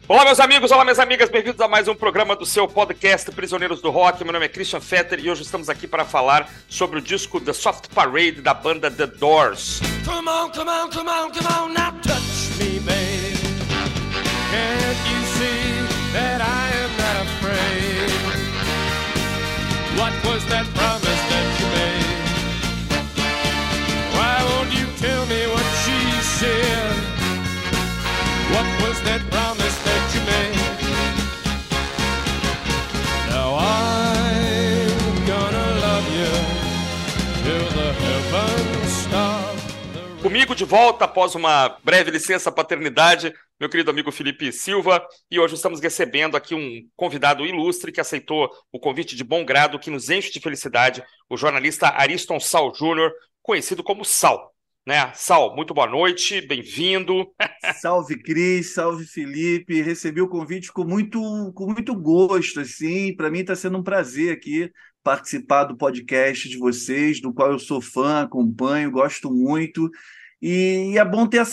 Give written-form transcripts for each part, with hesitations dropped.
Olá, meus amigos, olá, minhas amigas, bem-vindos a mais um programa do seu podcast Prisioneiros do Rock. Meu nome é Christian Fetter e hoje estamos aqui para falar sobre o disco The Soft Parade da banda The Doors. Come on, come on, come on, come on, now touch me, babe. Can't you see that I am not afraid? What was that promise that you made? Why won't you tell me what she said? What was that promise that you made? Now I'm gonna love you till the heavens stop. Comigo de volta após uma breve licença paternidade, meu querido amigo Felipe Silva, e hoje estamos recebendo aqui um convidado ilustre que aceitou o convite de bom grado, que nos enche de felicidade, o jornalista Ariston Sal Júnior, conhecido como Sal. Né? Sal, muito boa noite, bem-vindo. Salve Cris, salve Felipe, recebi o convite com muito gosto, assim, para mim está sendo um prazer aqui participar do podcast de vocês, do qual eu sou fã, acompanho, gosto muito, e é bom ter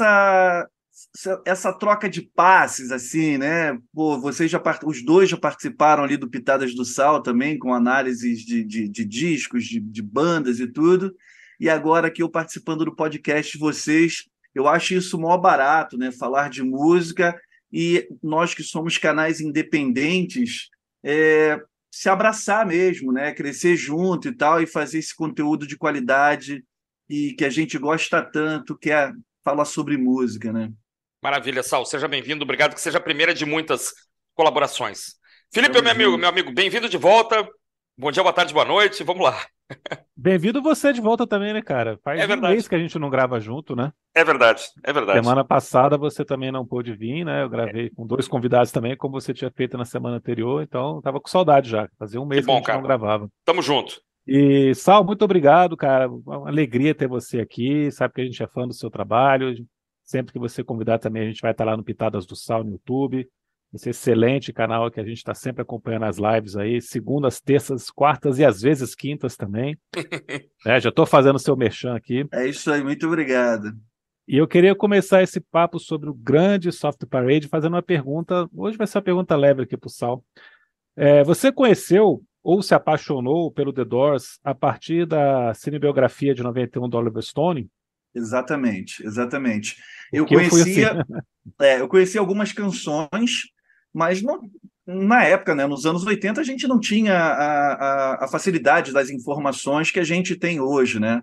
essa troca de passes, assim, né? Pô, os dois já participaram ali do Pitadas do Sal também, com análises de discos, de bandas e tudo, e agora aqui eu participando do podcast de vocês, eu acho isso mó barato, né? Falar de música e nós que somos canais independentes, se abraçar mesmo, né? Crescer junto e tal, e fazer esse conteúdo de qualidade e que a gente gosta tanto, que é falar sobre música, né? Maravilha, Sal, seja bem-vindo, obrigado que seja a primeira de muitas colaborações. Felipe, Tamo junto. meu amigo, bem-vindo de volta. Bom dia, boa tarde, boa noite, vamos lá. Bem-vindo você de volta também, né, cara? Faz É um verdade. mês que a gente não grava junto, né? É verdade, é verdade. Semana passada você também não pôde vir, né? Eu gravei com dois convidados também, como você tinha feito na semana anterior, então tava com saudade já. Fazia um mês Que bom, que a gente cara. não gravava. Tamo junto. E, Sal, muito obrigado, cara. Uma alegria ter você aqui. Sabe que a gente é fã do seu trabalho. Sempre que você convidar também, a gente vai estar lá no Pitadas do Sal no YouTube. Esse excelente canal que a gente está sempre acompanhando as lives aí, segundas, terças, quartas e às vezes quintas também. Já estou fazendo o seu merchan aqui. É isso aí, muito obrigado. E eu queria começar esse papo sobre o grande Soft Parade fazendo uma pergunta. Hoje vai ser uma pergunta leve aqui para o Sal. Você conheceu ou se apaixonou pelo The Doors a partir da cinebiografia de 91 do Oliver Stone? Exatamente. Eu fui assim. Eu conhecia algumas canções, mas na época, né, nos anos 80, a gente não tinha a facilidade das informações que a gente tem hoje, né?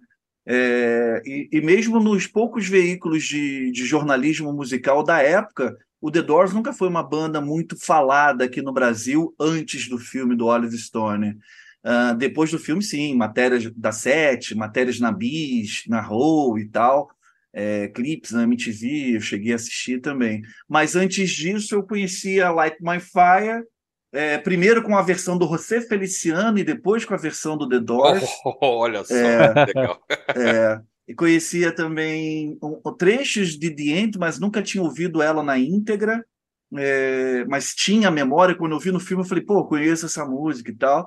E mesmo nos poucos veículos de jornalismo musical da época, o The Doors nunca foi uma banda muito falada aqui no Brasil antes do filme do Oliver Stone. Depois do filme, sim, matérias da Sete, matérias na Bis, na Row e tal, clipes na MTV, eu cheguei a assistir também. Mas antes disso, eu conhecia Light My Fire, primeiro com a versão do José Feliciano e depois com a versão do The Doors. Olha só, legal. E conhecia também trechos de The End, mas nunca tinha ouvido ela na íntegra. Mas tinha a memória, quando eu vi no filme, eu falei, pô, conheço essa música e tal.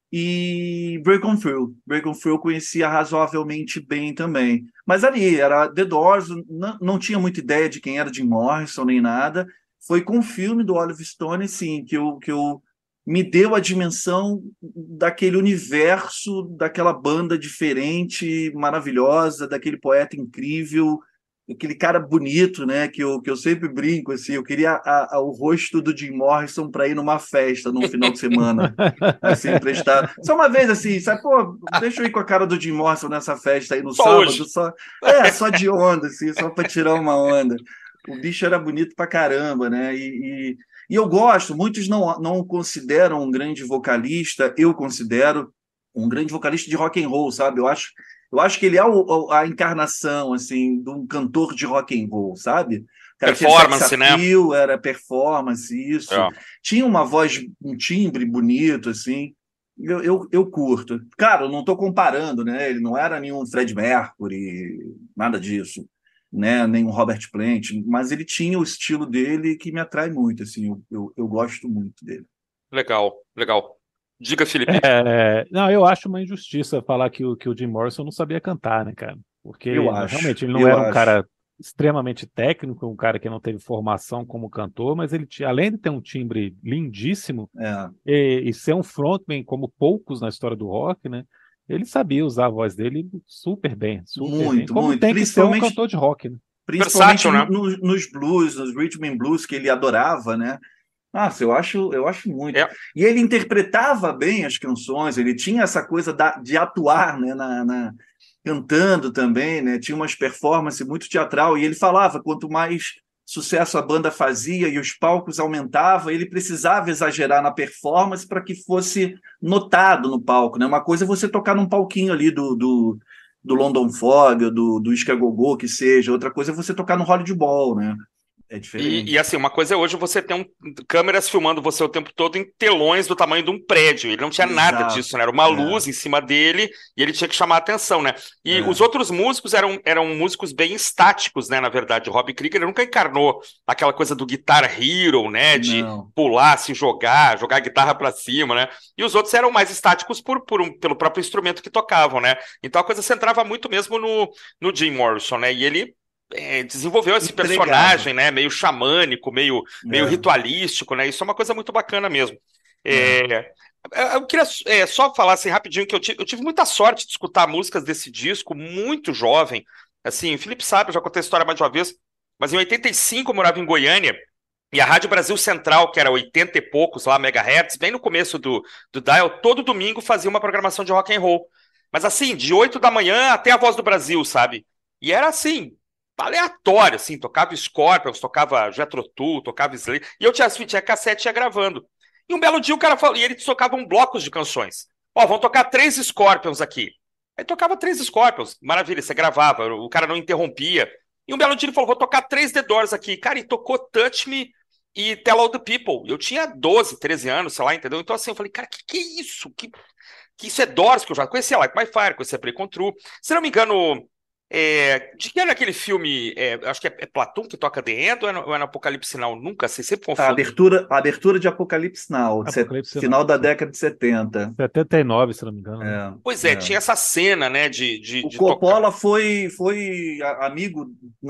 E Break On Through eu conhecia razoavelmente bem também. Mas ali, era The Doors, não tinha muita ideia de quem era Jim Morrison nem nada. Foi com o filme do Oliver Stone, sim, que eu me deu a dimensão daquele universo, daquela banda diferente, maravilhosa, daquele poeta incrível, aquele cara bonito, né? Que eu sempre brinco, assim, eu queria o rosto do Jim Morrison para ir numa festa num final de semana, assim, emprestar. Só uma vez, assim, sabe, pô, deixa eu ir com a cara do Jim Morrison nessa festa aí no Só sábado, hoje. só de onda, assim, só para tirar uma onda. O bicho era bonito pra caramba, né? E eu gosto, muitos não o consideram um grande vocalista, eu considero um grande vocalista de rock and roll, sabe? Eu acho que ele é a encarnação, assim, de um cantor de rock and roll, sabe? O cara Performance, tinha né? sex appeal, era performance, isso. É. Tinha uma voz, um timbre bonito, assim. Eu curto. Cara, eu não estou comparando, né? Ele não era nenhum Fred Mercury, nada disso, né? Nem um Robert Plant, mas ele tinha o estilo dele que me atrai muito, assim. Eu gosto muito dele. Legal. Diga, Felipe. Não, eu acho uma injustiça falar que o Jim Morrison não sabia cantar, né, cara? Porque Eu acho, realmente ele não eu era um acho. cara extremamente técnico, um cara que não teve formação como cantor, mas ele tinha, além de ter um timbre lindíssimo É, e ser um frontman como poucos na história do rock, né? Ele sabia usar a voz dele super bem, muito, como muito. tem que ser um cantor de rock, né? Principalmente Versátil, né? nos blues, nos rhythm and blues que ele adorava, né? Nossa, eu acho muito. É. E ele interpretava bem as canções, ele tinha essa coisa de atuar, né, cantando também, né? Tinha umas performances muito teatral, e ele falava, quanto mais sucesso a banda fazia e os palcos aumentavam, ele precisava exagerar na performance para que fosse notado no palco, né? Uma coisa é você tocar num palquinho ali do London Fog, ou do Escagogô, que seja, outra coisa é você tocar no Hollywood Bowl, né? É E diferente. assim, uma coisa é hoje você ter câmeras filmando você o tempo todo em telões do tamanho de um prédio. Ele não tinha nada Exato. disso, né? Era uma É, luz em cima dele e ele tinha que chamar a atenção, né? E os é. outros músicos eram músicos bem estáticos, né? Na verdade, o Robbie Krieger nunca encarnou aquela coisa do Guitar Hero, né? De Não. pular, se jogar a guitarra pra cima, né? E os outros eram mais estáticos pelo próprio instrumento que tocavam, né? Então a coisa centrava muito mesmo no Jim Morrison, né? E ele desenvolveu esse Entregava. personagem, né, meio xamânico, meio É, ritualístico, né? Isso é uma coisa muito bacana mesmo. é. É, eu queria só falar assim rapidinho que eu tive muita sorte de escutar músicas desse disco muito jovem. Assim, o Felipe sabe, eu já contei a história mais de uma vez, mas em 85 eu morava em Goiânia e a Rádio Brasil Central, que era 80 e poucos lá, megahertz, bem no começo do dial, todo domingo fazia uma programação de rock and roll. Mas assim, de 8 da manhã até a Voz do Brasil, sabe? E era assim, aleatório, assim, tocava Scorpions, tocava Jethro Tull, tocava Slayer, e eu tinha cassete e ia gravando. E um belo dia o cara falou, e eles tocavam blocos de canções. Ó, vão tocar 3 Scorpions aqui. Aí tocava 3 Scorpions, maravilha, você gravava, o cara não interrompia. E um belo dia ele falou, vou tocar 3 The Doors aqui. Cara, e tocou Touch Me e Tell All The People. Eu tinha 12, 13 anos, sei lá, entendeu? Então assim, eu falei, cara, que é isso? Que isso é Doors, que eu já conhecia Like My Fire, conhecia Play Control. Se não me engano, de que era aquele filme? Acho que é Platum que toca The End ou é no Apocalipse Now? Nunca sei, sempre A confundo. abertura de Apocalipse Now, Apocalipse final Now. da década de 70. 79, se não me engano, né? Pois É. tinha essa cena, né, de, de, O de tocar. Coppola foi amigo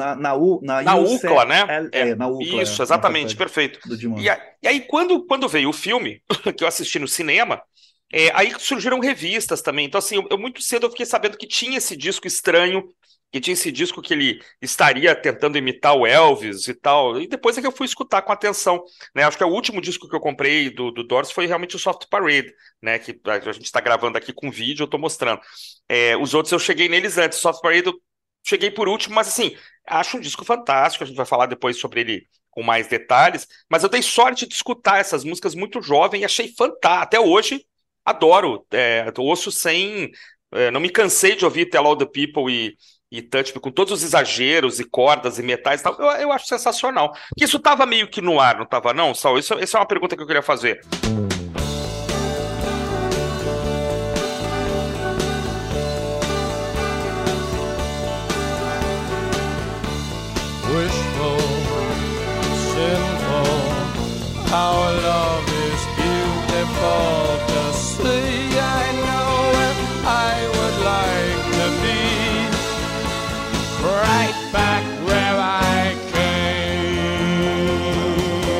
na Na UCLA, né? Na Isso, UCLA, na exatamente, faculdade perfeito. do E, Dimon. e aí, quando veio o filme, que eu assisti no cinema, aí surgiram revistas também. Então, assim, eu muito cedo eu fiquei sabendo que tinha esse disco estranho, que tinha esse disco que ele estaria tentando imitar o Elvis e tal. E depois é que eu fui escutar com atenção, né? Acho que o último disco que eu comprei do Doors foi realmente o Soft Parade, né? Que a gente está gravando aqui com vídeo, eu estou mostrando. Os outros eu cheguei neles antes. Soft Parade eu cheguei por último, mas assim, acho um disco fantástico. A gente vai falar depois sobre ele com mais detalhes. Mas eu dei sorte de escutar essas músicas muito jovem e achei fantástico. Até hoje, adoro. Eu ouço sem. Não me cansei de ouvir Tell All the People e Touch Me, com todos os exageros e cordas e metais e tal. Eu acho sensacional. Que isso tava meio que no ar, não tava, não, Saul? Isso é uma pergunta que eu queria fazer. Wishful, sinful, our love is beautiful to see. I know if I would like to be right back where I came.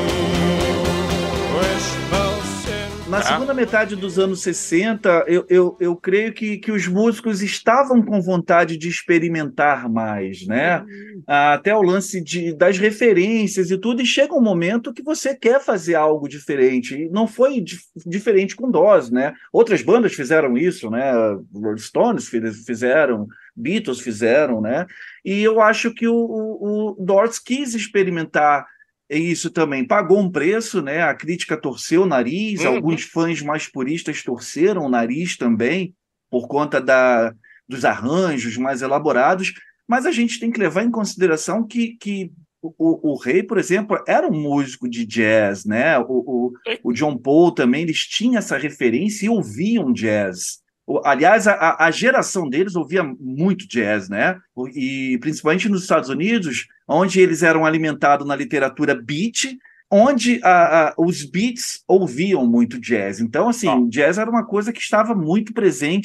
Wishful, sinful. Na segunda metade dos anos 60, eu creio que os músicos estavam com vontade de experimentar mais, né? Até o lance das referências e tudo, e chega um momento que você quer fazer algo diferente. E não foi diferente com Doors, né? Outras bandas fizeram isso, né? Rolling Stones fizeram, Beatles fizeram, né? E eu acho que o Doors quis experimentar isso também. Pagou um preço, né? A crítica torceu o nariz, Uhum. alguns fãs mais puristas torceram o nariz também, por conta dos arranjos mais elaborados, mas a gente tem que levar em consideração que o Rei, por exemplo, era um músico de jazz, né? O John Paul também, eles tinham essa referência e ouviam jazz. Aliás, a geração deles ouvia muito jazz, né? E principalmente nos Estados Unidos, onde eles eram alimentados na literatura beat, onde os beats ouviam muito jazz. Então, Ó, assim, jazz era uma coisa que estava muito presente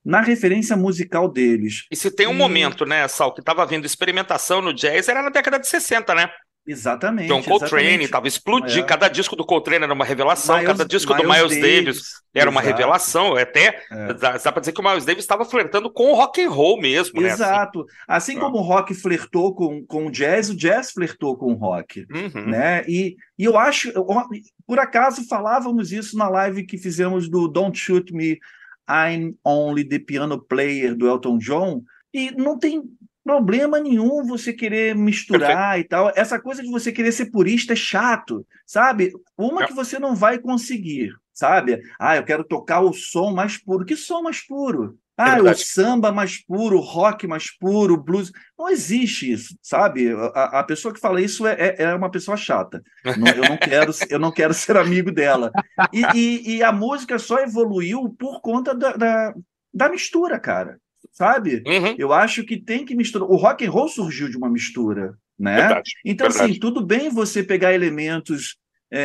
na referência musical deles. E se tem um momento, né, Sal, que estava havendo experimentação no jazz, era na década de 60, né? Exatamente. John Coltrane exatamente. estava explodindo, cada disco do Coltrane era uma revelação, Miles- cada disco do Miles Miles Davis Davis, era uma exato. revelação, até dá para dizer que o Miles Davis estava flertando com o rock and roll mesmo, né? Exato. Assim como o rock flertou com o jazz flertou com o rock. Uhum. Né? E eu acho, por acaso falávamos isso na live que fizemos do Don't Shoot Me, I'm Only the Piano Player do Elton John, e não tem problema nenhum você querer misturar e tal. Essa coisa de você querer ser purista é chato, sabe? Uma que você não vai conseguir, sabe? Eu quero tocar o som mais puro. Que som mais puro? O samba mais puro, o rock mais puro, o blues. Não existe isso, sabe? A pessoa que fala isso é uma pessoa chata. Eu não quero ser amigo dela. E a música só evoluiu por conta da mistura, cara. Sabe? Uhum. Eu acho que tem que misturar. O rock and roll surgiu de uma mistura, né? Verdade, então, verdade. assim, tudo bem você pegar elementos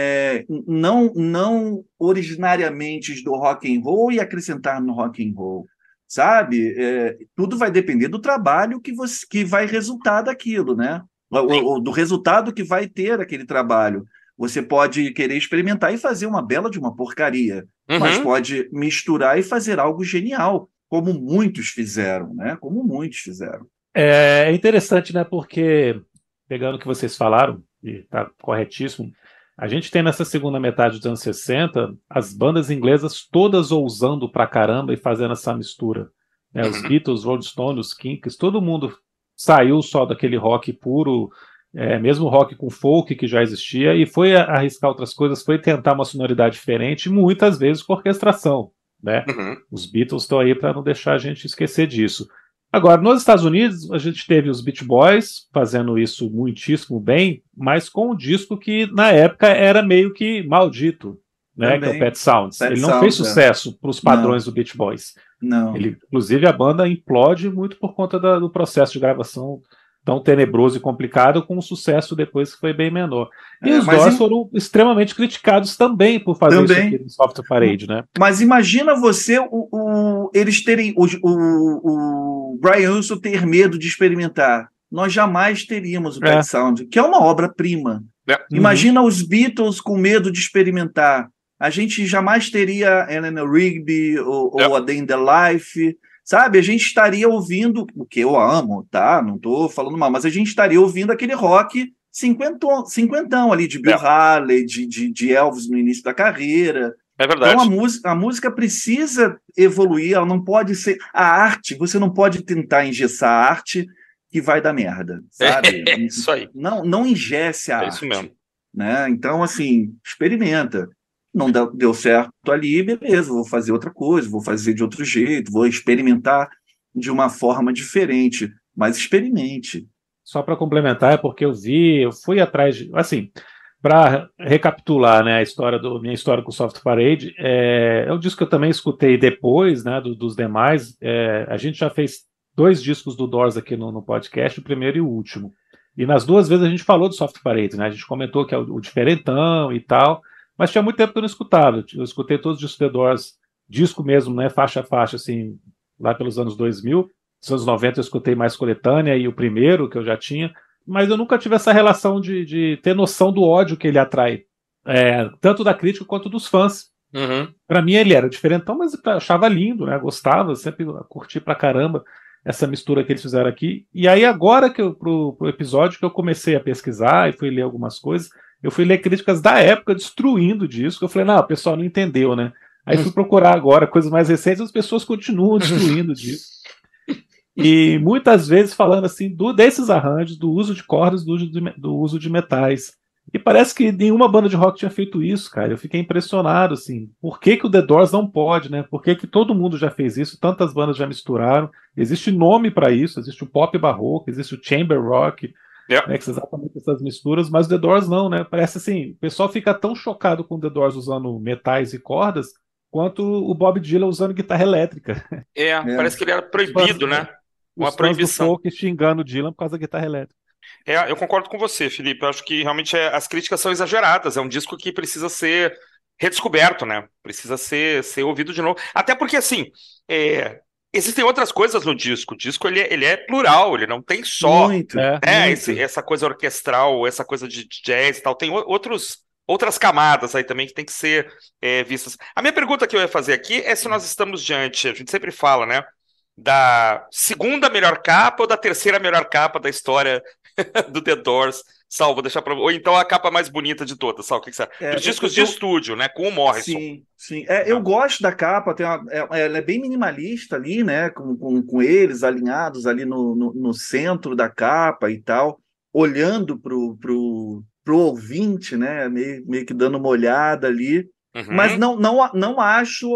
não originariamente do rock and roll e acrescentar no rock and roll, sabe? Tudo vai depender do trabalho que vai resultar daquilo, né? Do resultado que vai ter aquele trabalho. Você pode querer experimentar e fazer uma bela de uma porcaria, mas pode misturar e fazer algo genial, como muitos fizeram, né? Como muitos fizeram. É interessante, né? Porque, pegando o que vocês falaram, e está corretíssimo, a gente tem nessa segunda metade dos anos 60 as bandas inglesas todas ousando pra caramba e fazendo essa mistura. Né? Os Beatles, Rolling Stones, os Kinks, todo mundo saiu só daquele rock puro, mesmo rock com folk que já existia, e foi arriscar outras coisas, foi tentar uma sonoridade diferente, muitas vezes com orquestração. Né? Os Beatles estão aí para não deixar a gente esquecer disso. Agora, nos Estados Unidos, a gente teve os Beach Boys fazendo isso muitíssimo bem, mas com um disco que, na época, era meio que maldito, né? Que é o Pet Sounds. Ele não fez sucesso para os padrões do Beach Boys. Não. Inclusive, a banda implode muito por conta do processo de gravação tão tenebroso e complicado, com um sucesso depois que foi bem menor. E os Doors foram extremamente criticados também por fazer isso aqui no Soft Parade, né? Mas imagina você eles terem o Brian Wilson ter medo de experimentar. Nós jamais teríamos o Pet Sound, que é uma obra-prima. Imagina os Beatles com medo de experimentar. A gente jamais teria Eleanor Rigby ou A Day in the Life. Sabe, a gente estaria ouvindo, o que eu amo, tá? Não tô falando mal, mas a gente estaria ouvindo aquele rock cinquentão ali, de Bill Haley, de Elvis no início da carreira. É verdade. Então a música precisa evoluir, ela não pode ser... A arte, você não pode tentar engessar a arte que vai dar merda, sabe? É isso aí. Não engesse a arte. É isso mesmo. Né? Então, assim, experimenta. Não deu certo ali, beleza, vou fazer outra coisa, vou fazer de outro jeito, vou experimentar de uma forma diferente, mas experimente. Só para complementar, é porque eu fui atrás de... Assim, para recapitular, né, minha história com o Soft Parade, é um disco que eu também escutei depois, né, dos demais. A gente já fez 2 discos do Doors aqui no podcast, o primeiro e o último. E nas 2 vezes a gente falou do Soft Parade, né? A gente comentou que é o diferentão e tal, mas tinha muito tempo que eu não escutava. Eu escutei todos os discos do The Doors, disco mesmo, né, faixa a faixa, assim, lá pelos anos 2000. Nos anos 90 eu escutei mais coletânea e o primeiro que eu já tinha, mas eu nunca tive essa relação de ter noção do ódio que ele atrai, tanto da crítica quanto dos fãs. Para mim ele era diferentão, mas eu achava lindo, né? Gostava, sempre curti pra caramba essa mistura que eles fizeram aqui. E aí agora que pro episódio que eu comecei a pesquisar e fui ler algumas coisas, eu fui ler críticas da época destruindo o disco. Eu falei, não, o pessoal não entendeu, né? Aí fui procurar agora coisas mais recentes, as pessoas continuam destruindo o disco. E muitas vezes falando assim desses arranjos, do uso de cordas, do uso de metais. E parece que nenhuma banda de rock tinha feito isso, cara. Eu fiquei impressionado, assim. Por que o The Doors não pode, né? Por que todo mundo já fez isso? Tantas bandas já misturaram. Existe nome para isso. Existe o pop barroco, existe o chamber rock, né, que são exatamente essas misturas, mas o The Doors não, né? Parece assim, o pessoal fica tão chocado com o The Doors usando metais e cordas, quanto o Bob Dylan usando guitarra elétrica. Parece que ele era proibido, né? Uma proibição. Os folk xingando o Dylan por causa da guitarra elétrica. Eu concordo com você, Felipe. Eu acho que realmente as críticas são exageradas. É um disco que precisa ser redescoberto, né? Precisa ser ouvido de novo. Até porque, assim, Existem outras coisas no disco. O disco ele é plural, ele não tem só, Muito, né, muito. essa coisa orquestral, essa coisa de jazz e tal. Tem outras camadas aí também que tem que ser vistas. A minha pergunta que eu ia fazer aqui é se nós estamos diante, a gente sempre fala, né, da segunda melhor capa ou da terceira melhor capa da história do The Doors. Sal, vou deixar para. Ou então a capa mais bonita de todas, Sal, o que que você acha? É, Dos discos de eu, estúdio, né? Com o Morrison. sim, sim. Eu Né? gosto da capa, ela é bem minimalista ali, né? Com eles alinhados ali no centro da capa e tal, olhando pro ouvinte, né? Meio que dando uma olhada ali. Mas Uhum. não acho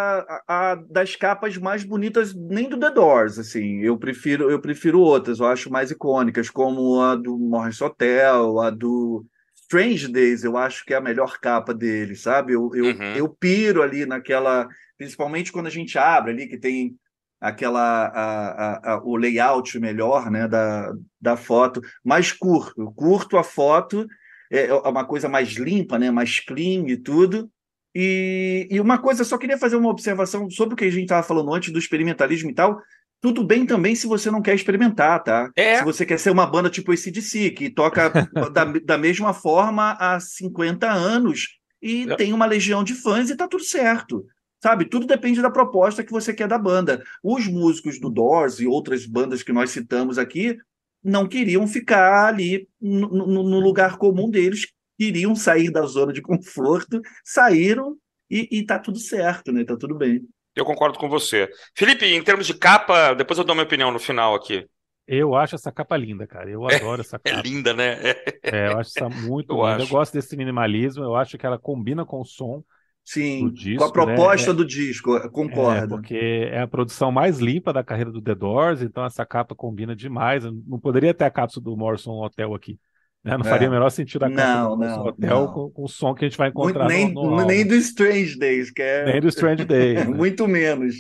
a das capas mais bonitas nem do The Doors, assim. Eu prefiro outras, eu acho mais icônicas, como a do Morris Hotel, a do Strange Days, eu acho que é a melhor capa dele, sabe? Uhum. Eu piro ali naquela, principalmente quando a gente abre ali, que tem aquela o layout melhor, né, da foto, mais curto. Eu curto a foto, é uma coisa mais limpa, né, mais clean e tudo. E uma coisa, só queria fazer uma observação sobre o que a gente estava falando antes do experimentalismo e tal. Tudo bem também se você não quer experimentar, tá? Se É, você quer ser uma banda tipo AC/DC, que toca da mesma forma há 50 anos e tem uma legião de fãs e tá tudo certo. Sabe? Tudo depende da proposta que você quer da banda. Os músicos do Doors e outras bandas que nós citamos aqui não queriam ficar ali no lugar comum deles, queriam sair da zona de conforto, saíram e tá tudo certo, né? Tá tudo bem. eu concordo com você. Felipe, em termos de capa, depois eu dou minha opinião no final aqui. Eu acho essa capa linda, cara. Eu adoro essa É capa. linda, né? Eu acho essa muito Eu linda. Eu acho. gosto desse minimalismo. Eu acho que ela combina com o som do Sim, com a disco, né? proposta do disco, concordo. Porque é a produção mais limpa da carreira do The Doors, então essa capa combina demais. Não poderia ter a capa do Morrison Hotel aqui, né? Não faria É. o menor sentido a capa do Não, Morrison não, Hotel não. com o som que a gente vai Muito, encontrar nem, no nem álbum, do Strange Days, que é nem do Strange Days, né? muito menos.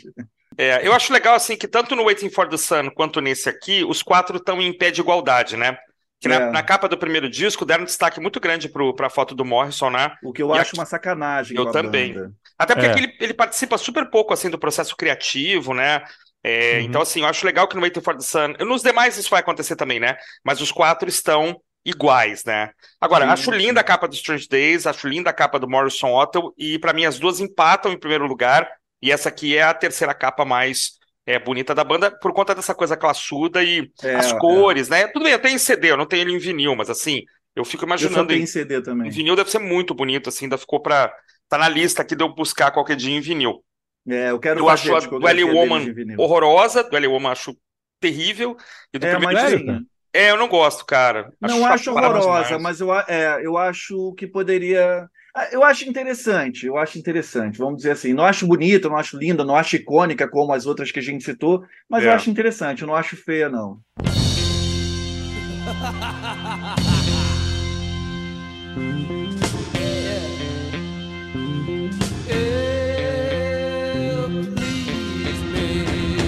Eu acho legal, assim, que tanto no Waiting for the Sun quanto nesse aqui, os quatro estão em pé de igualdade, né? Que na É, capa do primeiro disco deram um destaque muito grande para a foto do Morrison, né? o que eu E acho aqui uma sacanagem eu com a também. banda. Até porque aqui É. ele participa super pouco, assim, do processo criativo, né? Então, Uhum. assim, eu acho legal que no Waiting for the Sun. Nos demais isso vai acontecer também, né? Mas os quatro estão iguais, né? Agora, acho Sim, linda a sim. capa do Strange Days, acho linda a capa do Morrison Hotel, e para mim as duas empatam em primeiro lugar, e essa aqui é a terceira capa mais bonita da banda, por conta dessa coisa classuda e as É. cores, né? Tudo bem, eu tenho em CD, eu não tenho ele em vinil, mas assim, eu fico Eu só imaginando tenho em, CD em também. vinil deve ser muito bonito, assim, ainda ficou pra. Tá na lista aqui de eu buscar qualquer dia em vinil. Eu quero Eu fazer acho a a do L discografia deles Woman em vinil. horrorosa, do L Woman acho terrível, e do primeiro Mas disco. Sério, sim, cara? Eu não gosto, cara. não Acho acho chapada horrorosa, demais. mas eu acho que poderia. Eu acho interessante, eu acho interessante. Vamos dizer assim, não acho bonita, não acho linda, não acho icônica como as outras que a gente citou, mas eu É. acho interessante, eu não acho feia, não. Please me.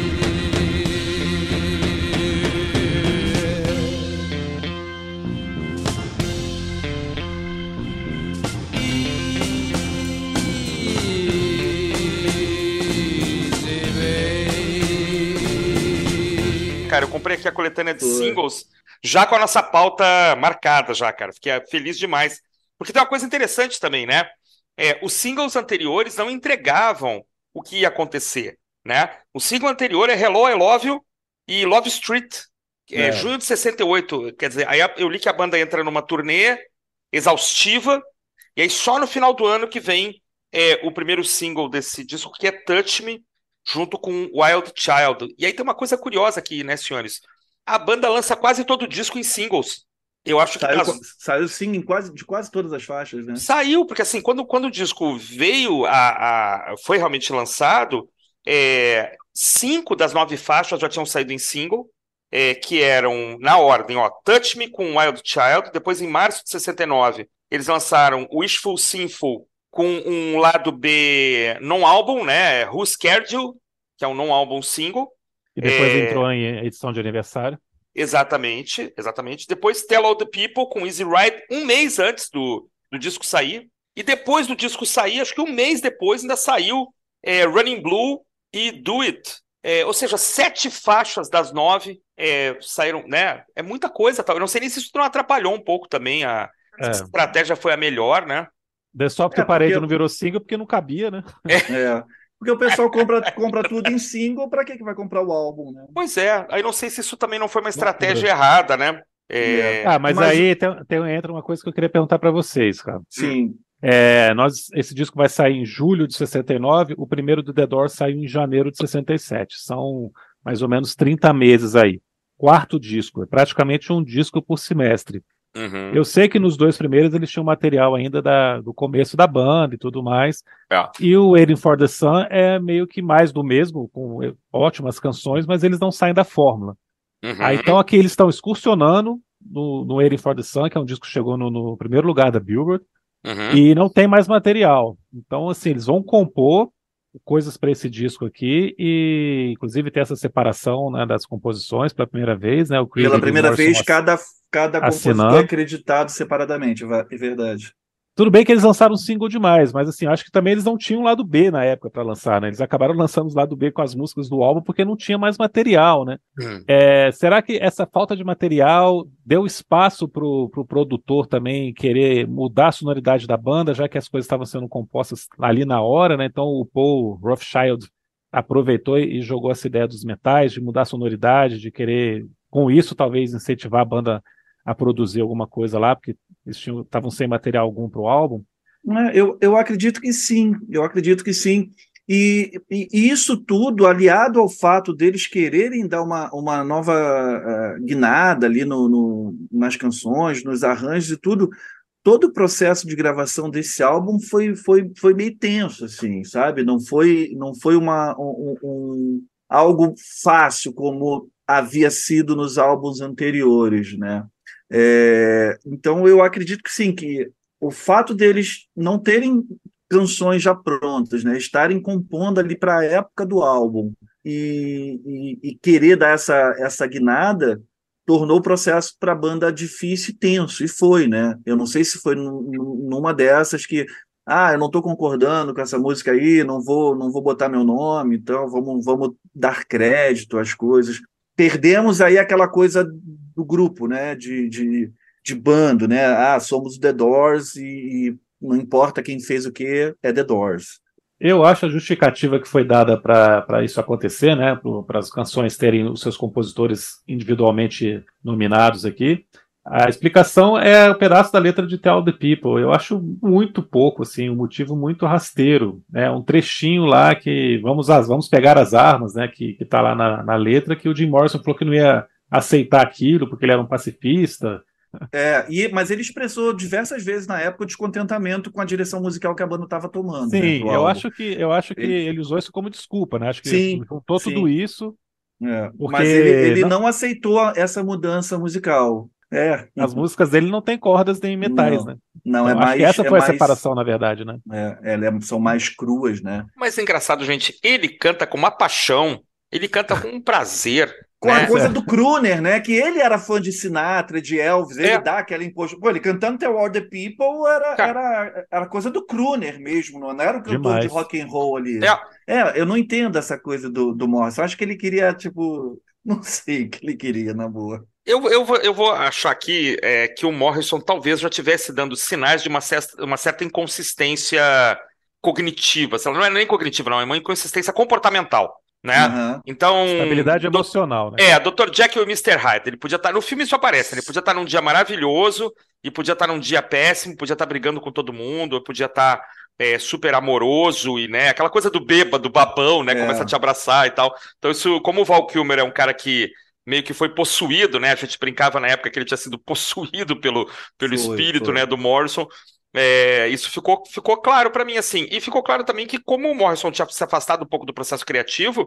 Cara, eu comprei aqui a coletânea de Foi. singles, já com a nossa pauta marcada, já, cara. Fiquei feliz demais. Porque tem uma coisa interessante também, né? Os singles anteriores não entregavam o que ia acontecer, né? O single anterior é Hello, I Love You e Love Street, É. junho de 68. Quer dizer, aí eu li que a banda entra numa turnê exaustiva, e aí só no final do ano que vem o primeiro single desse disco, que é Touch Me, junto com Wild Child. E aí tem uma coisa curiosa aqui, né, senhores? A banda lança quase todo o disco em singles. Eu acho que Saiu sim de quase todas as faixas, né? saiu, porque assim, quando o disco veio, foi realmente lançado, 5 das 9 faixas já tinham saído em single, que eram, na ordem, ó, Touch Me com Wild Child, depois em março de 69, eles lançaram Wishful Sinful com um lado B non-álbum, né, Who Scared You, que é um non-álbum single, E depois é, entrou em edição de aniversário. exatamente, exatamente. Depois Tell All the People com Easy Ride, um mês antes do disco sair. E depois do disco sair, acho que um mês depois, ainda saiu Running Blue e Do It, Ou seja, 7 faixas das 9 saíram, né? É muita coisa, tá? Eu não sei nem se isso não atrapalhou um pouco também, se a É. estratégia foi a melhor, né? The Soft Porque Parade não virou single porque não cabia, né? é, porque o pessoal compra tudo em single, para que vai comprar o álbum, né? Pois é, aí não sei se isso também não foi uma estratégia Loucura. errada, né? É. É, Ah, mas Mas aí entra uma coisa que eu queria perguntar para vocês, cara. sim, Esse disco vai sair em julho de 69, o primeiro do The Doors saiu em janeiro de 67. São mais ou menos 30 meses aí. Quarto disco, é praticamente um disco por semestre. uhum, Eu sei que nos 2 primeiros eles tinham material ainda do começo da banda e tudo mais. é, E o Waiting for the Sun é meio que mais do mesmo, com ótimas canções, mas eles não saem da fórmula. Então uhum, aqui eles estão excursionando no Waiting for the Sun, que é um disco que chegou no primeiro lugar da Billboard, uhum. e não tem mais material. Então, assim, eles vão compor coisas para esse disco aqui, e inclusive tem essa separação, né, das composições pela primeira vez, né? O Creed pela e o primeira Morrison vez, cada compositor é assinando. acreditado separadamente, é verdade. Tudo bem que eles lançaram um single demais, mas assim, acho que também eles não tinham um lado B na época para lançar, né? Eles acabaram lançando os lado B com as músicas do álbum porque não tinha mais material, né? Hum. Será que essa falta de material deu espaço pro produtor também querer mudar a sonoridade da banda, já que as coisas estavam sendo compostas ali na hora, né? Então o Paul Rothchild aproveitou e jogou essa ideia dos metais, de mudar a sonoridade, de querer, com isso, talvez incentivar a banda a produzir alguma coisa lá, porque eles estavam sem material algum para o álbum. Eu acredito que sim, eu acredito que sim. E isso tudo, aliado ao fato deles quererem dar uma nova guinada ali nas canções, nos arranjos e tudo, todo o processo de gravação desse álbum foi meio tenso, assim, sabe? Não foi algo fácil como havia sido nos álbuns anteriores, né? Então eu acredito que sim, que o fato deles não terem canções já prontas, né? Estarem compondo ali para a época do álbum e querer dar essa guinada tornou o processo para a banda difícil e tenso, e foi, né? Eu não sei se foi numa dessas que, eu não estou concordando com essa música aí, não vou botar meu nome, então vamos dar crédito às coisas. Perdemos aí aquela coisa do grupo, né? De bando, né? Somos The Doors e não importa quem fez o que, é The Doors. Eu acho a justificativa que foi dada para isso acontecer, né, para as canções terem os seus compositores individualmente nominados aqui. A explicação é o pedaço da letra de Tell the People. Eu acho muito pouco, assim, um motivo muito rasteiro, né, um trechinho lá que vamos pegar as armas, né, que está lá na letra, que o Jim Morrison falou que não ia aceitar aquilo porque ele era um pacifista. Mas ele expressou diversas vezes na época o descontentamento com a direção musical que a banda estava tomando, né, Sim, pro eu álbum. acho que ele usou isso como desculpa, né? Acho que Sim, juntou tudo sim. isso, Mas ele, porque ele não aceitou essa mudança musical. as músicas dele não têm cordas nem metais, Não, né? não Então acho que essa é foi a mais, separação, na verdade, né? são mais cruas, né? Mas é engraçado, gente, ele canta com uma paixão, ele canta com um prazer, Com a né? coisa do crooner, né? Que ele era fã de Sinatra, de Elvis, ele É, dá aquela imposto. Pô, ele cantando Tell All the People cara, era coisa do crooner mesmo, não era um cantor de Demais. rock and roll ali. é, Eu não entendo essa coisa do Morrison. Eu acho que ele queria, tipo, não sei o que ele queria, na boa. eu vou achar aqui que o Morrison talvez já estivesse dando sinais de uma certa inconsistência cognitiva. Não é nem cognitiva, não, é uma inconsistência comportamental, né? Aham. Então, Estabilidade emocional, né? Dr. Jekyll e Mr. Hyde. Ele podia estar. No filme isso aparece, né? Ele podia estar num dia maravilhoso e podia estar num dia péssimo, podia estar brigando com todo mundo, podia estar super amoroso e, né, aquela coisa do bêbado, do babão, né? Começa a É, te abraçar e tal. Então, isso, como o Val Kilmer é um cara que meio que foi possuído, né? A gente brincava na época que ele tinha sido possuído pelo espírito, né, foi. do Morrison. Isso ficou claro para mim, assim. E ficou claro também que, como o Morrison tinha se afastado um pouco do processo criativo,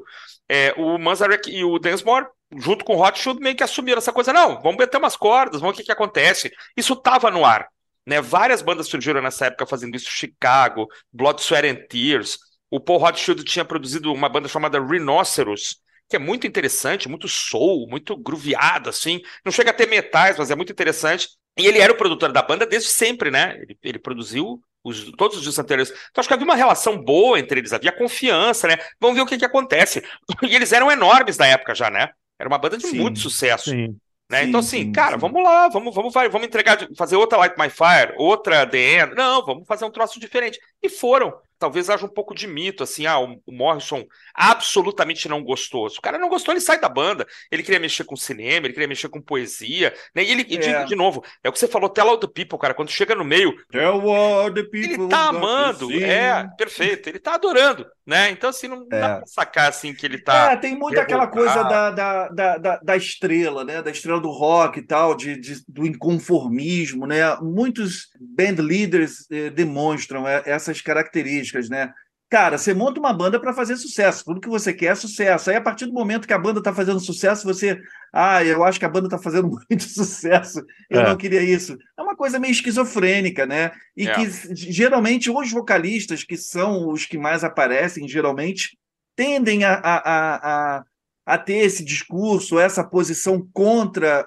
o Manzarek e o Densmore, junto com o Rothschild, meio que assumiram essa coisa. Não, vamos meter umas cordas, vamos ver o que acontece. Isso estava no ar, né? Várias bandas surgiram nessa época fazendo isso. Chicago, Blood, Sweat and Tears. O Paul Rothschild tinha produzido uma banda chamada Rhinoceros, que é muito interessante, muito soul, muito grooveado, assim. Não chega a ter metais, mas é muito interessante. E ele era o produtor da banda desde sempre, né? Ele produziu todos os discos anteriores. Então acho que havia uma relação boa entre eles, havia confiança, né? Vamos ver o que acontece. E eles eram enormes na época já, né? Era uma banda de muito sucesso. Sim. Né? Então, assim, cara, vamos lá, vamos entregar, fazer outra Light My Fire, outra The End. Não, vamos fazer um troço diferente. E foram. Talvez haja um pouco de mito, assim, o Morrison absolutamente não gostou. Se o cara não gostou, ele sai da banda. Ele queria mexer com cinema, ele queria mexer com poesia. Né? E digo de novo, é o que você falou, Tell All the People, cara, quando chega no meio, Tell all the people ele tá amando, perfeito, ele tá adorando, né? Então, assim, não dá pra sacar, assim, que ele tá... tem muito aquela coisa da estrela, né? Da estrela do rock e tal, do inconformismo, né? Muitos band leaders demonstram essas características, né? Cara, você monta uma banda para fazer sucesso, tudo que você quer é sucesso. Aí, a partir do momento que a banda está fazendo sucesso, eu acho que a banda está fazendo muito sucesso, eu não queria isso. É uma coisa meio esquizofrênica, né? E que, geralmente, os vocalistas, que são os que mais aparecem, geralmente, tendem a ter esse discurso, essa posição contra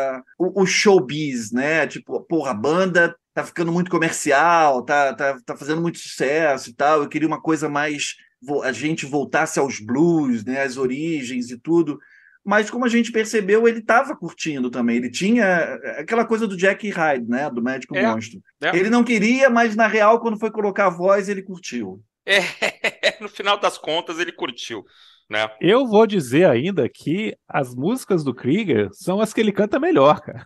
o showbiz, né? Tipo, porra, a banda tá ficando muito comercial, tá fazendo muito sucesso e tal, eu queria uma coisa mais... a gente voltasse aos blues, né? Às origens e tudo. Mas, como a gente percebeu, ele estava curtindo também. Ele tinha aquela coisa do Jack Hyde, né? Do Médico Monstro. Ele não queria, mas, na real, quando foi colocar a voz, ele curtiu. No final das contas, ele curtiu. Né? Eu vou dizer ainda que as músicas do Krieger são as que ele canta melhor, cara.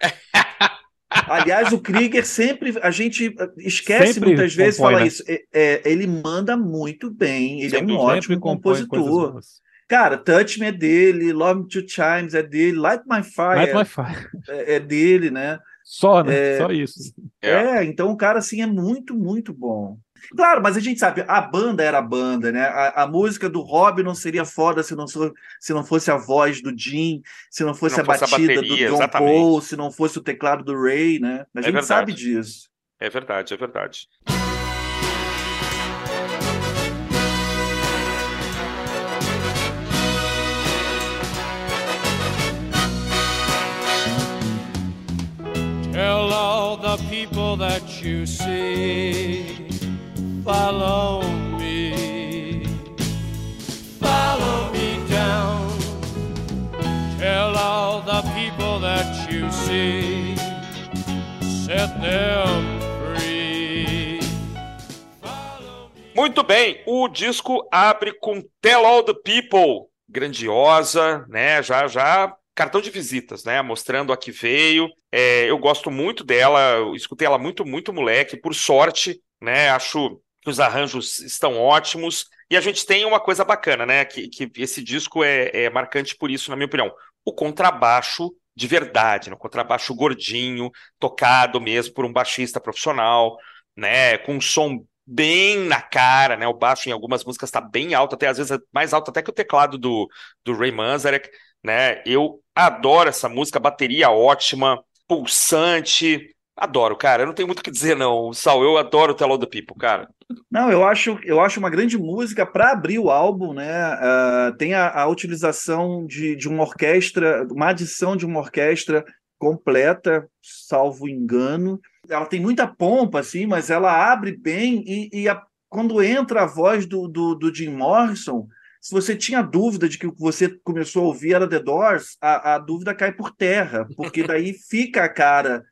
Aliás, o Krieger sempre... A gente esquece muitas vezes falar, né? Isso. Ele manda muito bem. Ele é um ótimo compositor. Cara, Touch Me é dele, Love Me Two Times é dele, Light My Fire é dele, né? Só, né? Só isso. Então o cara, assim, é muito, muito bom. Claro, mas a gente sabe, a banda era a banda, né? A música do Rob não seria foda se não fosse a voz do Jim, se não fosse a batida do John Paul, se não fosse o teclado do Ray, né? A gente sabe disso. É verdade, é verdade. Tell all the people that you see, follow me down. Tell all the people that you see, set them free. Muito bem, o disco abre com Tell All the People, grandiosa, né? Já cartão de visitas, né? Mostrando a que veio. Eu gosto muito dela, eu escutei ela muito, muito moleque, por sorte, né? Acho que os arranjos estão ótimos. E a gente tem uma coisa bacana, né? Que esse disco é marcante por isso, na minha opinião. O contrabaixo de verdade, né? O contrabaixo gordinho, tocado mesmo por um baixista profissional, né? Com um som bem na cara, né? O baixo em algumas músicas está bem alto, até às vezes é mais alto até que o teclado do Ray Manzarek, né? Eu adoro essa música, bateria ótima, pulsante. Adoro, cara. Eu não tenho muito o que dizer, não, Sal. Eu adoro Tell All the People, cara. Não, eu acho uma grande música para abrir o álbum, né? Tem a utilização de uma orquestra, uma adição de uma orquestra completa, salvo engano. Ela tem muita pompa, assim, mas ela abre bem quando entra a voz do Jim Morrison, se você tinha dúvida de que o que você começou a ouvir era The Doors, a dúvida cai por terra, porque daí fica a cara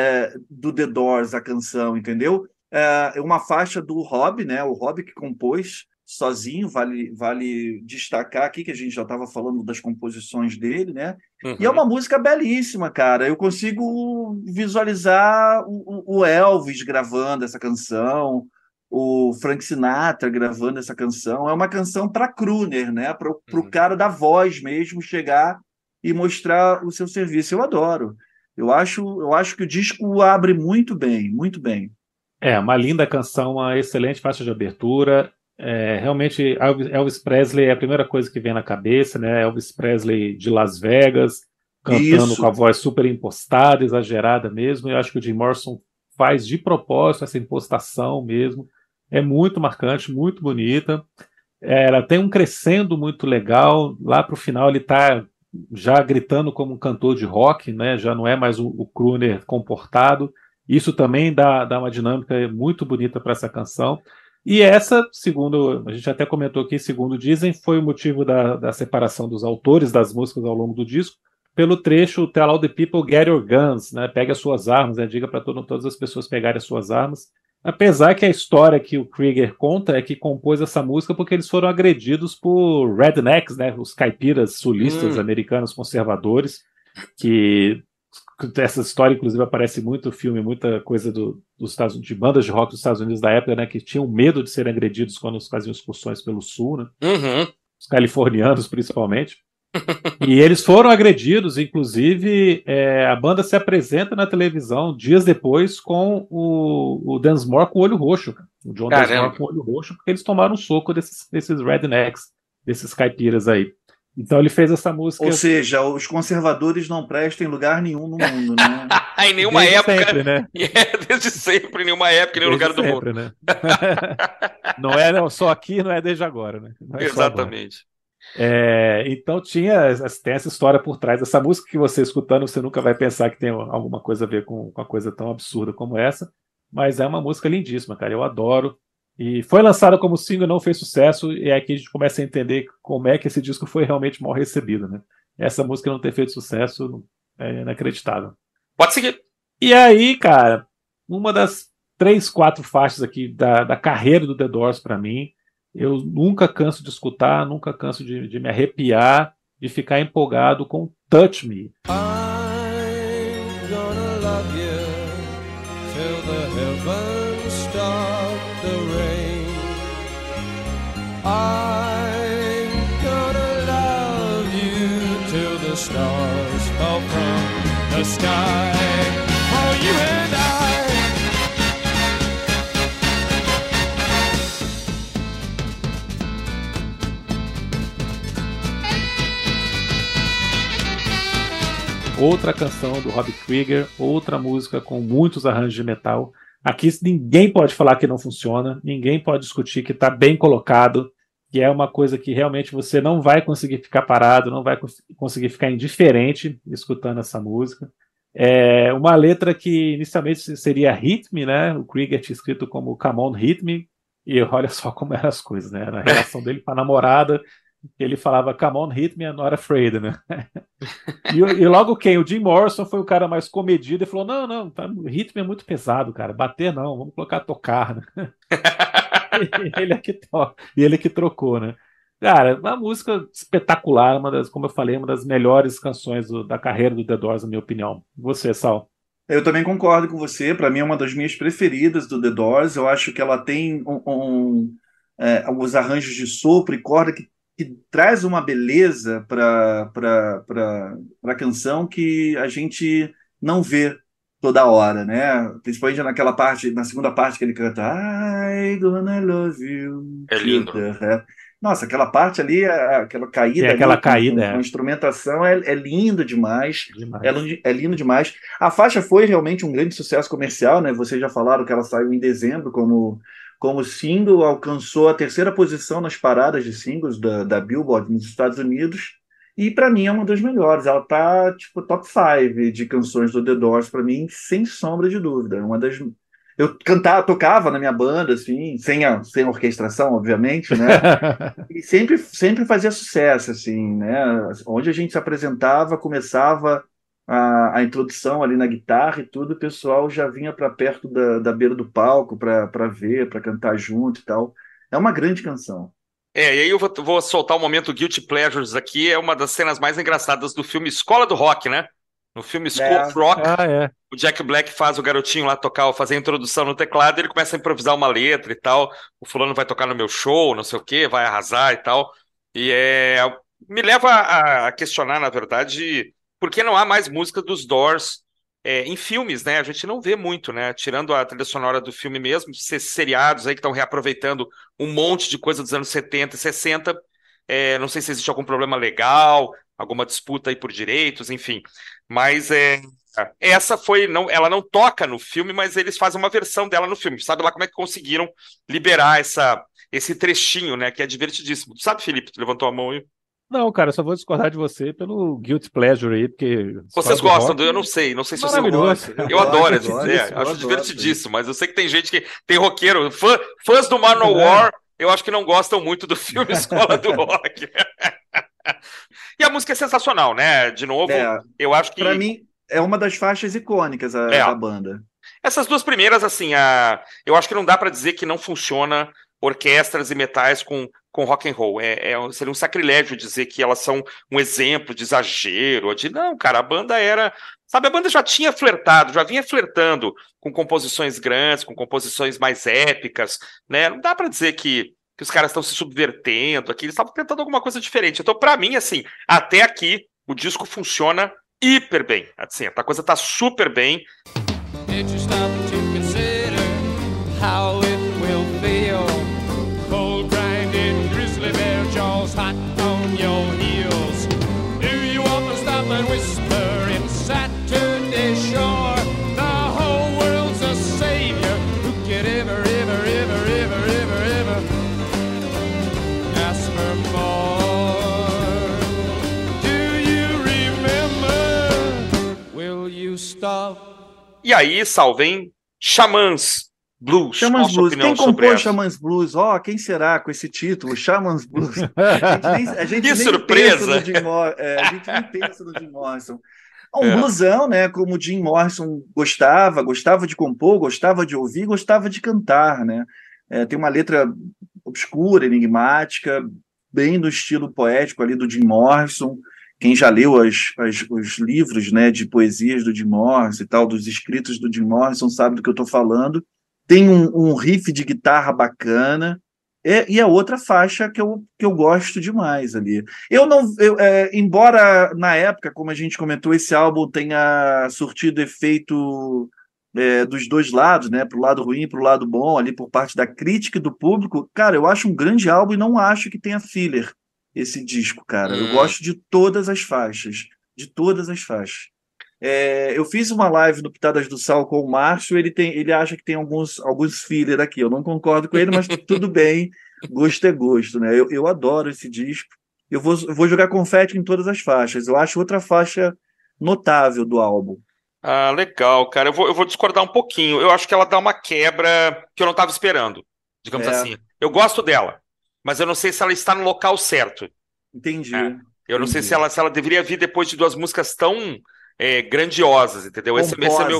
do The Doors, a canção, entendeu? É uma faixa do Rob, né? O Rob que compôs sozinho, vale destacar aqui que a gente já estava falando das composições dele, né? Uhum. E é uma música belíssima, cara. Eu consigo visualizar o Elvis gravando essa canção, o Frank Sinatra gravando essa canção. É uma canção para crooner, né? Para o cara da voz mesmo chegar e mostrar o seu serviço. Eu adoro. Eu acho que o disco abre muito bem, muito bem. Uma linda canção, uma excelente faixa de abertura. Realmente, Elvis Presley é a primeira coisa que vem na cabeça, né? Elvis Presley de Las Vegas, cantando com a voz super impostada, exagerada mesmo. Eu acho que o Jim Morrison faz de propósito essa impostação mesmo. É muito marcante, muito bonita. Ela tem um crescendo muito legal. Lá para o final ele está já gritando como um cantor de rock, né? Já não é mais o crooner comportado. Isso também dá uma dinâmica muito bonita para essa canção. E essa, segundo a gente até comentou aqui, segundo dizem, foi o motivo da separação dos autores das músicas ao longo do disco, pelo trecho Tell All the People Get Your Guns, né? Pegue as suas armas, né? Diga para todas as pessoas pegarem as suas armas. Apesar que a história que o Krieger conta é que compôs essa música porque eles foram agredidos por rednecks, né? Os caipiras sulistas americanos conservadores, que essa história, inclusive, aparece muito no filme, muita coisa dos Estados Unidos, de bandas de rock dos Estados Unidos da época, né, que tinham medo de serem agredidos quando faziam excursões pelo sul, né? Os californianos, principalmente. E eles foram agredidos, inclusive, a banda se apresenta na televisão dias depois com o Densmore com o olho roxo, cara. O John Densmore com o olho roxo, porque eles tomaram um soco desses rednecks, desses caipiras aí. Então ele fez essa música. Ou seja, os conservadores não prestam em lugar nenhum no mundo, né? Em nenhuma desde época. Sempre, né? Desde sempre, em nenhuma época, em nenhum lugar do sempre, mundo. Né? Não é só aqui, não é desde agora, né? Exatamente. Então tem essa história por trás dessa música que você escutando, você nunca vai pensar que tem alguma coisa a ver com uma coisa tão absurda como essa, mas é uma música lindíssima, cara, eu adoro. E foi lançada como single, não fez sucesso, e é aqui a gente começa a entender como é que esse disco foi realmente mal recebido, né? Essa música não ter feito sucesso é inacreditável. Pode seguir. E aí, cara, uma das 3, 4 faixas aqui da carreira do The Doors pra mim, eu nunca canso de escutar, nunca canso de me arrepiar, de ficar empolgado com Touch Me. I'm gonna love you till the heavens stop the rain. I'm gonna love you till the stars fall from the sky. For you and I. Outra canção do Robbie Krieger, outra música com muitos arranjos de metal. Aqui ninguém pode falar que não funciona, ninguém pode discutir que está bem colocado, que é uma coisa que realmente você não vai conseguir ficar parado, não vai conseguir ficar indiferente escutando essa música. É uma letra que inicialmente seria Hit Me, né? O Krieger tinha escrito como Come On Hit Me, e olha só como eram as coisas, né? Na relação dele com a namorada, ele falava Come On Hit Me, I'm Not Afraid, né? E logo quem? O Jim Morrison foi o cara mais comedido e falou: não, tá, o ritmo é muito pesado, cara. Bater não, vamos colocar tocar, né? Ele que trocou, né? Cara, uma música espetacular, como eu falei, uma das melhores canções da carreira do The Doors, na minha opinião. Você, Sal? Eu também concordo com você. Para mim é uma das minhas preferidas do The Doors. Eu acho que ela tem alguns arranjos de sopro e corda que traz uma beleza para a canção que a gente não vê toda hora, né? Principalmente naquela parte, na segunda parte que ele canta I gonna love you. É lindo. Nossa, aquela parte ali, aquela caída, aquela caída, com a instrumentação é lindo demais. É lindo demais. A faixa foi realmente um grande sucesso comercial, né? Vocês já falaram que ela saiu em dezembro como single, alcançou a 3ª posição nas paradas de singles da Billboard nos Estados Unidos, e para mim é uma das melhores. Ela tá tipo top 5 de canções do The Doors para mim, sem sombra de dúvida. Eu tocava na minha banda assim, sem orquestração, obviamente, né? E sempre fazia sucesso assim, né? Onde a gente se apresentava, começava a introdução ali na guitarra e tudo, o pessoal já vinha para perto da beira do palco para ver, para cantar junto e tal. É uma grande canção. E aí eu vou soltar o momento Guilty Pleasures aqui, é uma das cenas mais engraçadas do filme Escola do Rock, né? No filme School of Rock, o Jack Black faz o garotinho lá fazer a introdução no teclado, e ele começa a improvisar uma letra e tal, o fulano vai tocar no meu show, não sei o quê, vai arrasar e tal, e me leva a questionar, na verdade, por que não há mais música dos Doors em filmes, né? A gente não vê muito, né? Tirando a trilha sonora do filme mesmo, esses seriados aí que estão reaproveitando um monte de coisa dos anos 70 e 60, não sei se existe algum problema legal, alguma disputa aí por direitos, enfim, mas essa ela não toca no filme, mas eles fazem uma versão dela no filme. Sabe lá como é que conseguiram liberar esse trechinho, né? Que é divertidíssimo. Sabe, Felipe? Tu levantou a mão aí. Não, cara, eu só vou discordar de você pelo guilty pleasure aí, porque Vocês do gostam rock eu não sei se vocês maravilhoso. eu adoro, eu acho adoro. divertidíssimo, mas eu sei que tem gente que tem roqueiro, fãs do Manowar, eu acho que não gostam muito do filme Escola do Rock. E a música é sensacional, né? De novo, É, eu acho que para mim, é uma das faixas icônicas é, da banda. essas duas primeiras, assim, eu acho que não dá pra dizer que não funciona orquestras e metais com rock and roll. Seria um sacrilégio dizer que elas são um exemplo de exagero, não, cara, a banda era, sabe, a banda já tinha flertado, já vinha flertando com composições grandes, com composições mais épicas, né? Não dá pra dizer que os caras estão se subvertendo aqui, eles estavam tentando alguma coisa diferente. Então, pra mim, assim, até aqui o disco funciona hiper bem, assim, a coisa tá super bem. Did you stop to consider how it will feel? Cold grinding grizzly bear jaws hot on your heels. Do you want to stop and whisper in Saturday shore? The whole world's a savior who could ever ask for more. Do you remember? Will you stop? E aí, Salvem, Xamãs Blues. Qual a Xamãs sua Blues. opinião Quem sobre compôs essa? Xamãs Blues? Quem será com esse título? Xamãs Blues. A gente Que nem surpresa! pensa no Jim a gente nem pensa no Jim Morrison. Um É. blusão, né? Como o Jim Morrison gostava de compor, gostava de ouvir, gostava de cantar, né? Tem uma letra obscura, enigmática, bem no estilo poético ali do Jim Morrison. Quem já leu os livros, né, de poesias do Jim Morrison e tal, dos escritos do Jim Morrison, sabe do que eu estou falando. Tem um riff de guitarra bacana, e a outra faixa que eu gosto demais ali. Embora na época, como a gente comentou, esse álbum tenha surtido efeito dos dois lados, né, pro lado ruim e pro lado bom, ali por parte da crítica e do público, cara, eu acho um grande álbum e não acho que tenha filler esse disco, cara. Eu gosto de todas as faixas, de todas as faixas. Eu fiz uma live no Pitadas do Sal com o Márcio, ele acha que tem alguns filler aqui, eu não concordo com ele, mas tudo bem, gosto é gosto, né? Eu adoro esse disco, eu vou jogar confete em todas as faixas, eu acho outra faixa notável do álbum. Ah, legal, cara. Eu vou discordar um pouquinho. Eu acho que ela dá uma quebra que eu não estava esperando, digamos assim. Eu gosto dela, mas eu não sei se ela está no local certo. Entendi. Eu não sei se ela deveria vir depois de duas músicas tão grandiosas, entendeu? Esse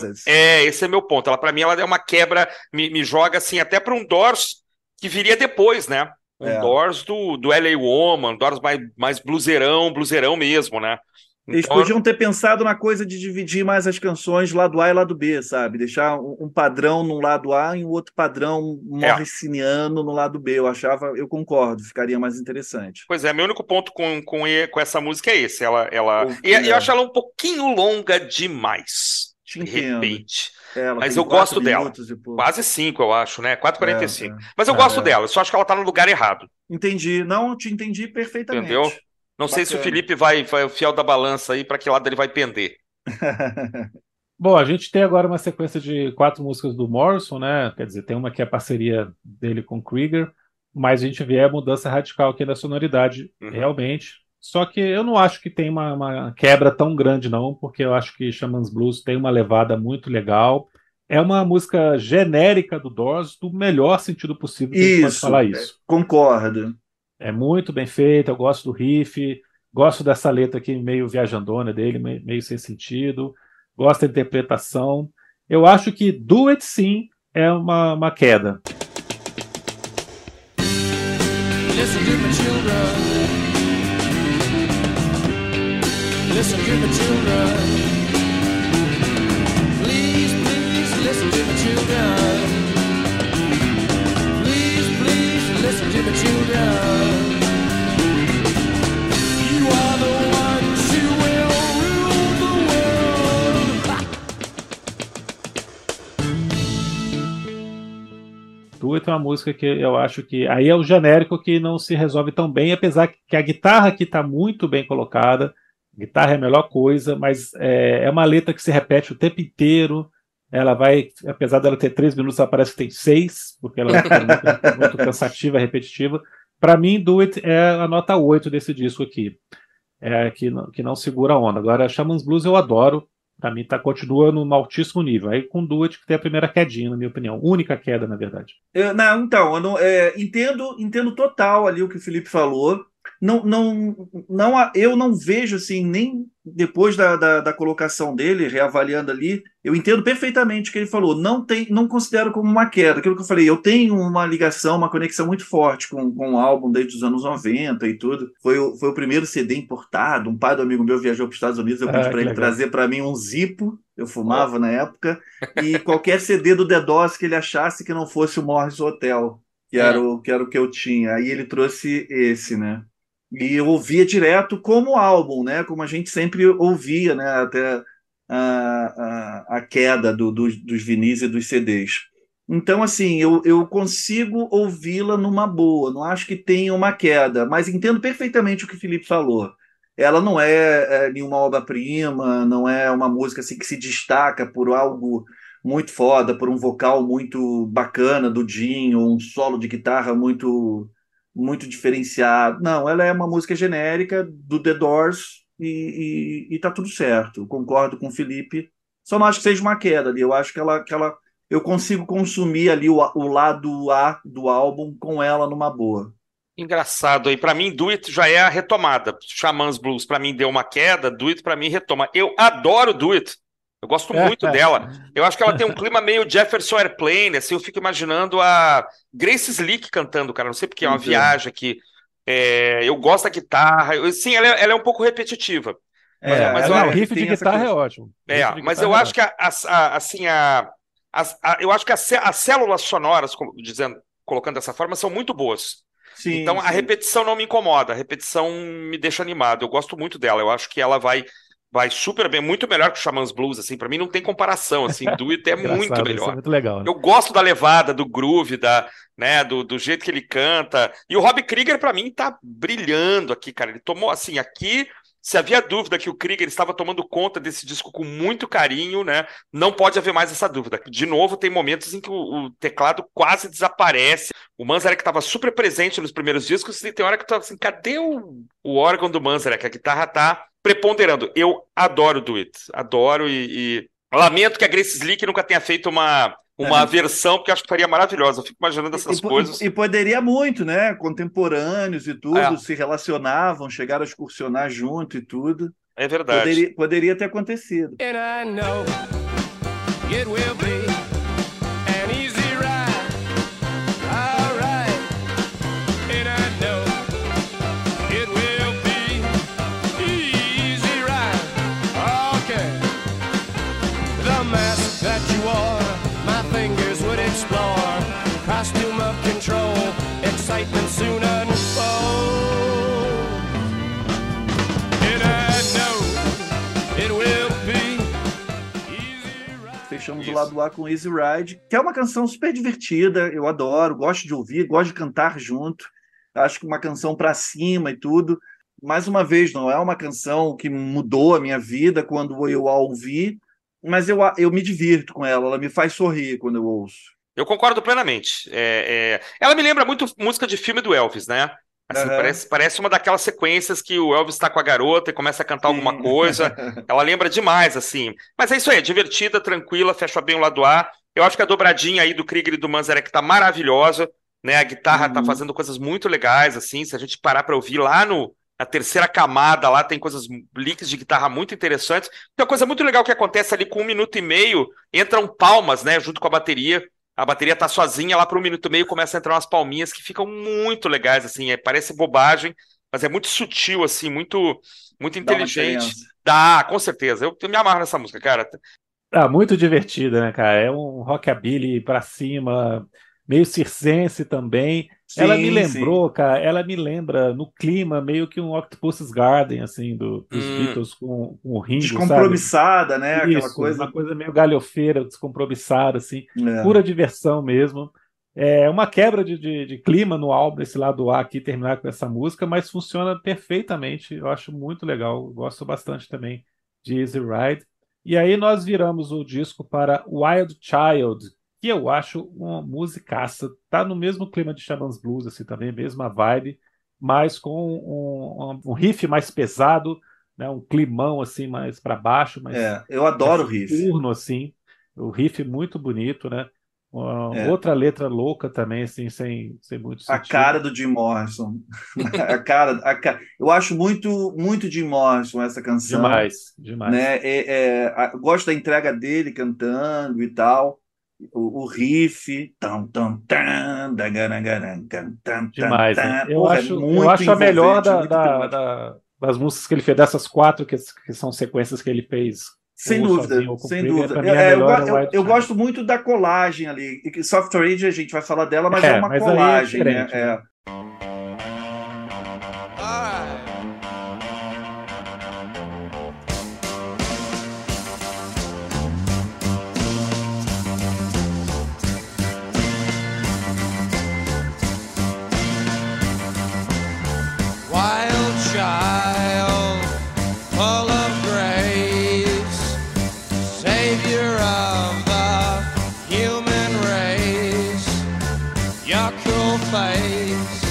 é meu ponto. Ela, para mim, ela é uma quebra, me joga assim até para um Doors que viria depois, né? Doors do L.A. Woman, um Doors mais bluseirão mesmo, né? Eles podiam ter pensado na coisa de dividir mais as canções lado A e lado B, sabe? Deixar um padrão no lado A e um outro padrão morrisoniano no lado B. Eu concordo, ficaria mais interessante. Pois é, meu único ponto com essa música é esse. Eu acho ela um pouquinho longa demais. Te De entendo. repente. Ela mas tem eu gosto dela. Depois. Quase 5, eu acho, né? 4h45. Mas eu gosto dela, eu só acho que ela tá no lugar errado. Entendi. Não, te entendi perfeitamente. Entendeu? Não sei se o Felipe vai o fiel da balança aí, para que lado ele vai pender. Bom, a gente tem agora uma sequência de 4 músicas do Morrison, né? Quer dizer, tem uma que é a parceria dele com Krieger, mas a gente vê a mudança radical aqui da sonoridade, realmente. Só que eu não acho que tem uma quebra tão grande, não, porque eu acho que Xamãs Blues tem uma levada muito legal. É uma música genérica do Doors, do melhor sentido possível que a gente pode falar isso. Concordo. É muito bem feita, eu gosto do riff, gosto dessa letra aqui meio viajandona dele, meio sem sentido, gosto da interpretação. Eu acho que Do It Sim é uma queda. Listen to me, children. Listen to me, children. Please, please, listen to me, children. Please, please, listen to me, children. You are the ones who will rule the world. Do It é uma música que eu acho que aí é o genérico que não se resolve tão bem, apesar que a guitarra aqui está muito bem colocada. A guitarra é a melhor coisa, mas é uma letra que se repete o tempo inteiro. Ela vai, apesar dela ter 3 minutos, ela parece que tem 6, porque ela é muito cansativa, repetitiva. Para mim, Do It é a nota 8 desse disco aqui. Que não segura a onda. Agora, Shaman's Blues eu adoro. Pra mim, continua no altíssimo nível. Aí com Do It que tem a primeira quedinha, na minha opinião. Única queda, na verdade. Não, então, eu não, entendo total ali o que o Felipe falou. Não, eu não vejo assim, nem depois da colocação dele, reavaliando ali, eu entendo perfeitamente o que ele falou. Não considero como uma queda. Aquilo que eu falei, eu tenho uma ligação, uma conexão muito forte com o álbum desde os anos 90 e tudo. Foi o primeiro CD importado. Um pai do amigo meu viajou para os Estados Unidos, eu pedi para Que ele legal. trazer para mim um Zippo. Eu fumava na época, e qualquer CD do The Doors que ele achasse que não fosse o Morris Hotel, que era o que eu tinha. Aí ele trouxe esse, né? E eu ouvia direto como álbum, né? Como a gente sempre ouvia, né? Até a queda dos vinis e dos CDs. Então, assim, eu consigo ouvi-la numa boa. Não acho que tenha uma queda, mas entendo perfeitamente o que o Felipe falou. Ela não é nenhuma obra-prima, não é uma música assim que se destaca por algo muito foda, por um vocal muito bacana do Dinho, um solo de guitarra muito diferenciado. Não, ela é uma música genérica do The Doors e tá tudo certo. Concordo com o Felipe. Só não acho que seja uma queda ali. Eu acho que ela eu consigo consumir ali o lado A do álbum com ela numa boa. Engraçado aí, pra mim, Do It já é a retomada. Xamãs Blues pra mim deu uma queda, Do It pra mim retoma. Eu adoro Do It. Eu gosto muito dela. Eu acho que ela tem um clima meio Jefferson Airplane, assim, eu fico imaginando a Grace Slick cantando, cara. Não sei porque é uma Então, viagem aqui. Eu gosto da guitarra. Sim, ela é um pouco repetitiva. Mas Não, o ele riff de tem essa guitarra é coisa. ótimo. O riff de mas eu guitarra é acho que ótimo. assim, eu acho que as células sonoras, colocando dessa forma, são muito boas. Sim, Então a sim. repetição não me incomoda, a repetição me deixa animado. Eu gosto muito dela. Eu acho que ela vai super bem, muito melhor que o Xamãs Blues, assim, para mim não tem comparação, assim, Do It é muito Engraçado, isso é melhor. muito legal, né? Eu gosto da levada, do groove, né, do jeito que ele canta. E o Rob Krieger para mim tá brilhando aqui, cara. Ele tomou assim, aqui se havia dúvida que o Krieger estava tomando conta desse disco com muito carinho, né? Não pode haver mais essa dúvida. De novo, tem momentos em que o teclado quase desaparece. O Manzarek estava super presente nos primeiros discos e tem hora que eu tava assim, cadê o órgão do Manzarek? A guitarra tá preponderando. Eu adoro Do It. Adoro e lamento que a Grace Slick nunca tenha feito uma versão, porque acho que faria maravilhosa. Eu fico imaginando essas coisas. E poderia muito, né? Contemporâneos e tudo É, se relacionavam, chegaram a excursionar junto e tudo. é verdade. Poderia ter acontecido. And I know it will be an easy ride. All right. And I know it will be easy ride. Okay. The mask that you wore, my fingers would explore. Costume of control, excitement soon unfold. And I know it will be easy ride. Fechamos o Isso. lado A com Easy Ride, que é uma canção super divertida, eu adoro, gosto de ouvir, gosto de cantar junto. Acho que uma canção para cima e tudo. Mais uma vez, não é uma canção que mudou a minha vida quando eu a ouvi, mas eu me divirto com ela me faz sorrir quando eu ouço. Eu concordo plenamente. Ela me lembra muito música de filme do Elvis, né? Assim, Aham, parece uma daquelas sequências que o Elvis está com a garota e começa a cantar alguma sim. coisa. Ela lembra demais, assim. Mas é isso aí, é divertida, tranquila, fecha bem o lado A. Eu acho que a dobradinha aí do Krieger e do Manzarek tá maravilhosa, né? A guitarra tá Uhum. fazendo coisas muito legais, assim. Se a gente parar para ouvir lá na terceira camada, lá tem coisas, licks de guitarra muito interessantes. Tem uma coisa muito legal que acontece ali com 1 minuto e meio, entram palmas, né? Junto com a bateria. A bateria tá sozinha lá para 1 minuto e meio, começa a entrar umas palminhas que ficam muito legais, assim, parece bobagem, mas é muito sutil, assim, muito Dá uma inteligente. diferença. Dá, com certeza. Eu me amarro nessa música, cara. Muito divertida, né, cara? É um rockabilly pra cima, meio circense também. Ela me Sim, sim. lembrou, cara, ela me lembra no clima meio que um Octopus's Garden, assim, dos Hum, Beatles com o Ringo, sabe? Descompromissada, né? Aquela Isso, coisa. uma coisa meio galhofeira, descompromissada, assim, É. pura diversão mesmo. É uma quebra de clima no álbum, esse lado A aqui, terminar com essa música, mas funciona perfeitamente. Eu acho muito legal, gosto bastante também de Easy Ride. E aí nós viramos o disco para Wild Child, que eu acho uma musicaça. Tá no mesmo clima de Shaman's Blues, assim, também, mesma vibe, mas com um riff mais pesado, né? Um climão, assim, mais para baixo, Eu mais adoro o riff. soturno, assim. O riff muito bonito, né? É, Outra letra louca também, assim, sem muito a sentido. cara do Jim Morrison. Eu acho muito, muito Jim Morrison essa canção, Demais, demais. né? Eu gosto da entrega dele cantando e tal. O riff. Tam, tam, tam, dagaragaram, tam, tam, tam, Demais, né? tam. Eu Porra, é acho, eu muito acho a melhor envolvente, muito hipnótico. das músicas que ele fez, dessas quatro que são sequências que ele fez, Sem ou sozinho dúvida, ou com o sem Krieger, dúvida. para mim a melhor é White Eu China. gosto muito da colagem ali. E que Soft Rage a gente vai falar dela, mas é É, uma mas aí é colagem, né? diferente, né? Wild child, full of grace, savior of the human race, your cruel face.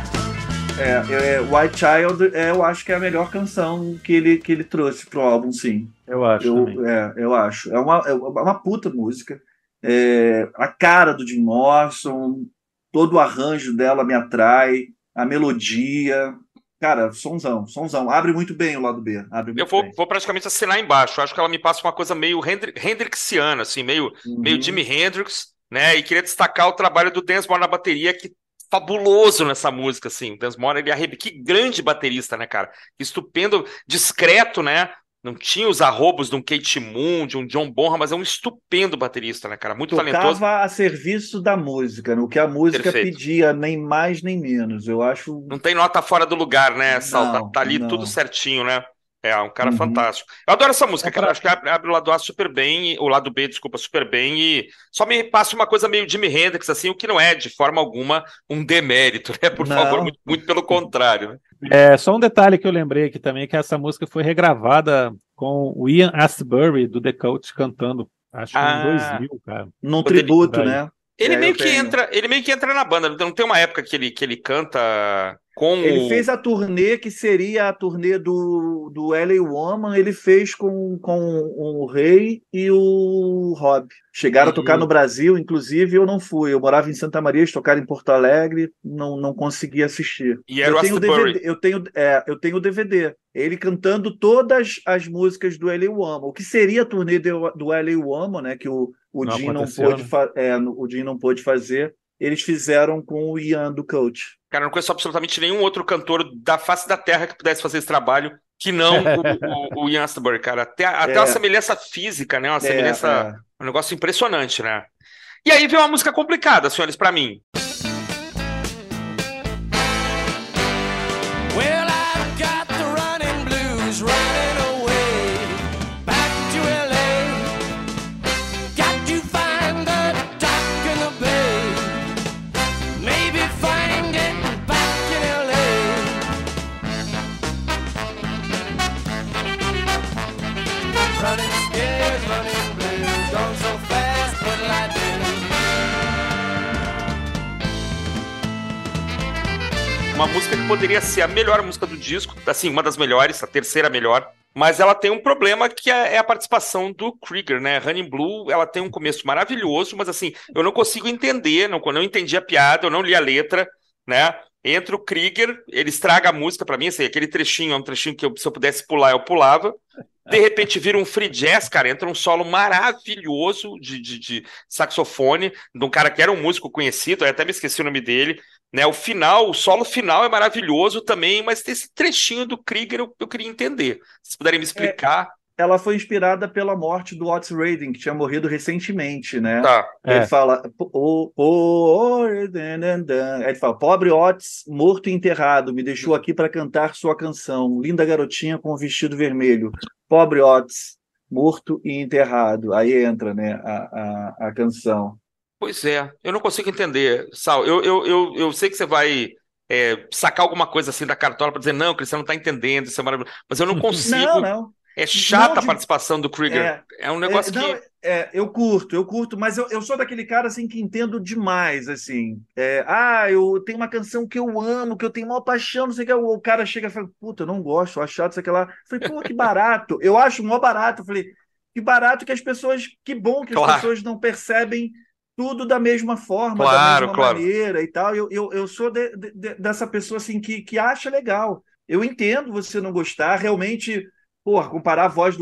White Child, eu acho que é a melhor canção que ele trouxe pro álbum, sim. Eu acho também. Eu acho. É uma puta música. A cara do Jim Morrison, todo o arranjo dela me atrai, a melodia. Cara, sonzão. Abre muito bem o lado B. Abre Eu muito bem. vou praticamente assinar embaixo. Eu acho que ela me passa uma coisa meio Hendrixiana, assim, meio Uhum. Jimi Hendrix, né? E queria destacar o trabalho do Densmore na bateria, que fabuloso nessa música, assim. O Densmore, que grande baterista, né, cara? Estupendo, discreto, né? Não tinha os arrobos de um Kate Moon, de um John Bonham, mas é um estupendo baterista, né, cara? Muito talentoso, Tocava a serviço da música, no que a música perfeito. pedia, nem mais nem menos. Eu acho. Não tem nota fora do lugar, né, Sal? Não, Tá ali tudo não. certinho, né? É um cara Uhum. fantástico. Eu adoro essa música, Então, cara. pra... Acho que abre o lado A super bem, o lado B, desculpa, super bem. E só me passa uma coisa meio Jimi Hendrix, assim, o que não é, de forma alguma, um demérito, né? Por favor, Não. muito pelo contrário, né? Só um detalhe que eu lembrei aqui também, que essa música foi regravada com o Ian Astbury, do The Cult, cantando, acho que em Ah, 2000, cara, Num quando por tributo, aí. né? Eu ele tenho. meio que entra na banda. Não tem uma época que ele canta com Ele o. fez a turnê que seria a turnê do L.A. Woman, ele fez com o Rei e o Rob. Chegaram a tocar no Hum, Brasil, inclusive eu não fui. Eu morava em Santa Maria, eles tocaram em Porto Alegre, não consegui assistir. e Eu era o tenho o DVD, Astbury. eu tenho o DVD. Ele cantando todas as músicas do L.A. Woman. O que seria a turnê do L.A. Woman, né? Que o Não Jim não aconteceu, pôde, né? o Jim não pôde fazer. Eles fizeram com o Ian do Coach. Cara, eu não conheço absolutamente nenhum outro cantor da face da terra que pudesse fazer esse trabalho que não o Ian Astbury, cara. Até uma É, semelhança física, né? Uma é, semelhança. é. Um negócio impressionante, né? E aí vem uma música complicada, senhores, pra mim. Well, I've got the running blues running away back to LA. Got to find the dock in the bay. Maybe find it back in LA. Running scared, running blue, going so fast, what'll I do? Uma música que poderia ser a melhor música do disco, assim, uma das melhores, a terceira melhor, mas ela tem um problema que é a participação do Krieger, né? Running Blue, ela tem um começo maravilhoso, mas assim, eu não consigo entender, não entendi a piada, eu não li a letra, né? Entra o Krieger, ele estraga a música pra mim, assim, aquele trechinho é um trechinho que se eu pudesse pular, eu pulava. De repente vira um free jazz, cara, entra um solo maravilhoso de saxofone, de um cara que era um músico conhecido, eu até me esqueci o nome dele, né? O solo final é maravilhoso também, mas esse trechinho do Krieger eu queria entender. Se vocês puderem me É, explicar. ela foi inspirada pela morte do Otis Redding, que tinha morrido recentemente, né? Tá. Ele É, fala, Aí ele fala, pobre Otis, morto e enterrado, me deixou aqui para cantar sua canção, linda garotinha com o vestido vermelho. Pobre Otis, morto e enterrado. Aí entra, né, a canção. Pois é, eu não consigo entender. Sal, eu sei que você vai sacar alguma coisa assim da cartola para dizer, não, Cristiano não tá entendendo, isso é maravilhoso. Mas eu não Não, consigo. não. É chata Não a participação do Krieger. É um negócio não, que... eu curto, mas eu sou daquele cara assim que entendo demais, assim. Eu tenho uma canção que eu amo, que eu tenho maior paixão, não sei o que. O cara chega e fala, puta, eu não gosto, eu acho chato, sei o que lá. Eu falei, pô, que barato. Eu acho mó barato. Eu falei, que barato que as pessoas, que bom que as Claro, pessoas não percebem tudo da mesma forma, da claro, mesma claro. maneira e tal. Eu sou dessa pessoa assim que acha legal. Eu entendo você não gostar, realmente. Porra, comparar a voz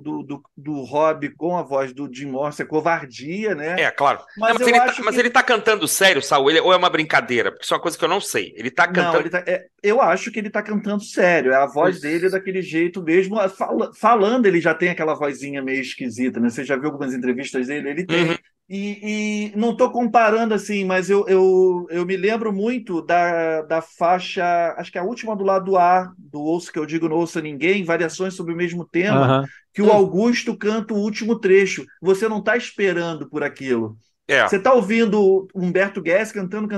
do Rob com a voz do Jim Morrison é covardia, né? É, claro. Não, Mas eu acho mas que. ele tá cantando sério, Saul? Ou é uma brincadeira? Porque isso é uma coisa que eu não sei. Ele tá Não, cantando... eu acho que ele tá cantando sério. A voz dele é daquele jeito mesmo. Falando, ele já tem aquela vozinha meio esquisita, né? Você já viu algumas entrevistas dele? Ele tem. Uhum. E não estou comparando assim, mas eu me lembro muito da faixa, acho que é a última do lado A, do Ouço Que Eu Digo Não Ouça Ninguém, variações sobre o mesmo tema, Aham. que o Augusto canta o último trecho. Você não está esperando por aquilo. É, Você está ouvindo o Humberto Guess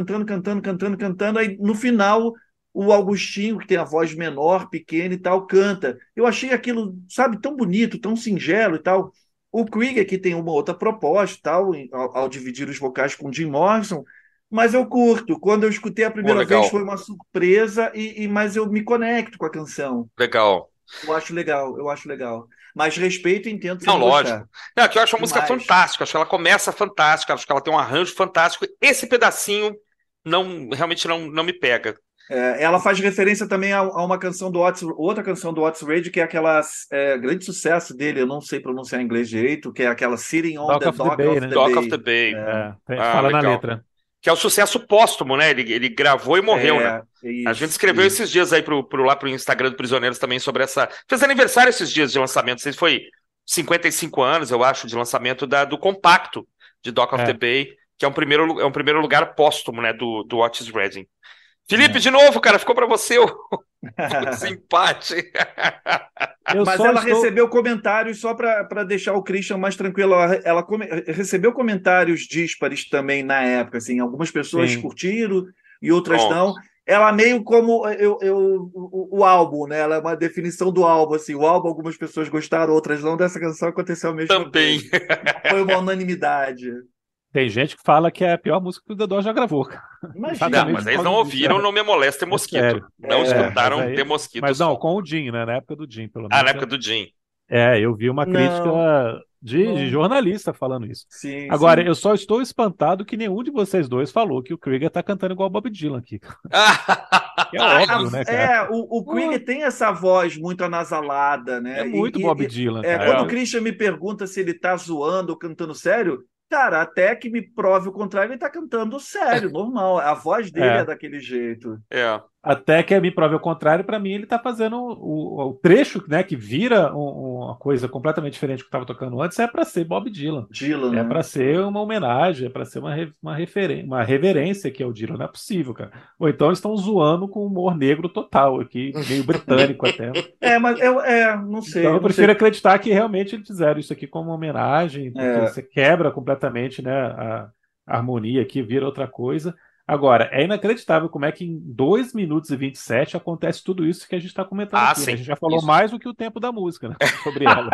cantando, aí no final o Augustinho, que tem a voz menor, pequena e tal, canta. Eu achei aquilo, sabe, tão bonito, tão singelo e tal. O Krieger que tem uma outra proposta, tal, ao dividir os vocais com o Jim Morrison, mas eu curto. Quando eu escutei a pô, primeira vez legal, foi uma surpresa, mas eu me conecto com a canção. legal. Eu acho legal, eu acho legal. Mas respeito e entendo Não, sem lógico. gostar. Não, é que eu acho a música Demais. fantástica, acho que ela começa fantástica, acho que ela tem um arranjo fantástico. Esse pedacinho realmente não me pega. Ela faz referência também a uma canção do Otis, outra canção do Otis Redding, que é aquela grande sucesso dele, eu não sei pronunciar em inglês direito, que é aquela Sitting on Dock the of the Dock Bay, of né? the Dock of the Bay. Bay. Ah, Fala na legal. letra. Que é o sucesso póstumo, né? Ele gravou e morreu, né? A gente Isso, escreveu isso. esses dias aí lá pro Instagram do Prisioneiros também sobre essa. Fez aniversário esses dias de lançamento. Não sei se foi 55 anos, eu acho, de lançamento do compacto de Dock of the É. Bay, que é um primeiro lugar póstumo, né? Do Otis Redding. Felipe, É. de novo, cara, ficou pra você o desempate. Eu Mas só ela estou. recebeu comentários, só para deixar o Christian mais tranquilo, recebeu comentários díspares também na época, assim, algumas pessoas Sim. curtiram e outras Pronto. não. Ela meio como o álbum, né? Ela é uma definição do álbum, assim, o álbum algumas pessoas gostaram, outras não, dessa canção aconteceu a mesma Também. coisa. Foi uma unanimidade. Tem gente que fala que é a pior música que o The Doors já gravou, cara. Não, Imagina. mas por eles causa não disso. ouviram Não Me Molesta É Mosquito. sério. Não É, escutaram mas aí- The Mosquito Mas não, só. com o Jim, né? Na época do Jim, pelo Ah, menos. na época do Jim. Eu vi uma crítica Não, de não. jornalista falando isso. Sim, Agora, sim. eu só estou espantado que nenhum de vocês dois falou que o Krieger tá cantando igual o Bob Dylan aqui. Que é óbvio, né, cara? O Pô, Krieger tem essa voz muito anasalada, é né? muito Bob Dylan, Quando o cara. Christian me pergunta se ele tá zoando ou cantando sério, cara, até que me prove o contrário, ele tá cantando sério, normal. A voz dele é É. daquele jeito. É. Até que me prove o contrário, para mim ele tá fazendo o trecho, né, que vira uma coisa completamente diferente do que estava tocando antes, é para ser Bob Dylan. Dylan, É né? para ser uma homenagem, é para ser uma reverência que é o Dylan. Não é possível, cara. Ou então eles estão zoando com humor negro total aqui, meio britânico até. Mas não sei, Então eu não prefiro sei. acreditar que realmente eles fizeram isso aqui como uma homenagem, porque É, você quebra completamente, né, a harmonia aqui, vira outra coisa. Agora, é inacreditável como é que em 2 minutos e 27 acontece tudo isso que a gente está comentando Ah, aqui, né? sim. A gente já falou Isso. mais do que o tempo da música, né, sobre ela.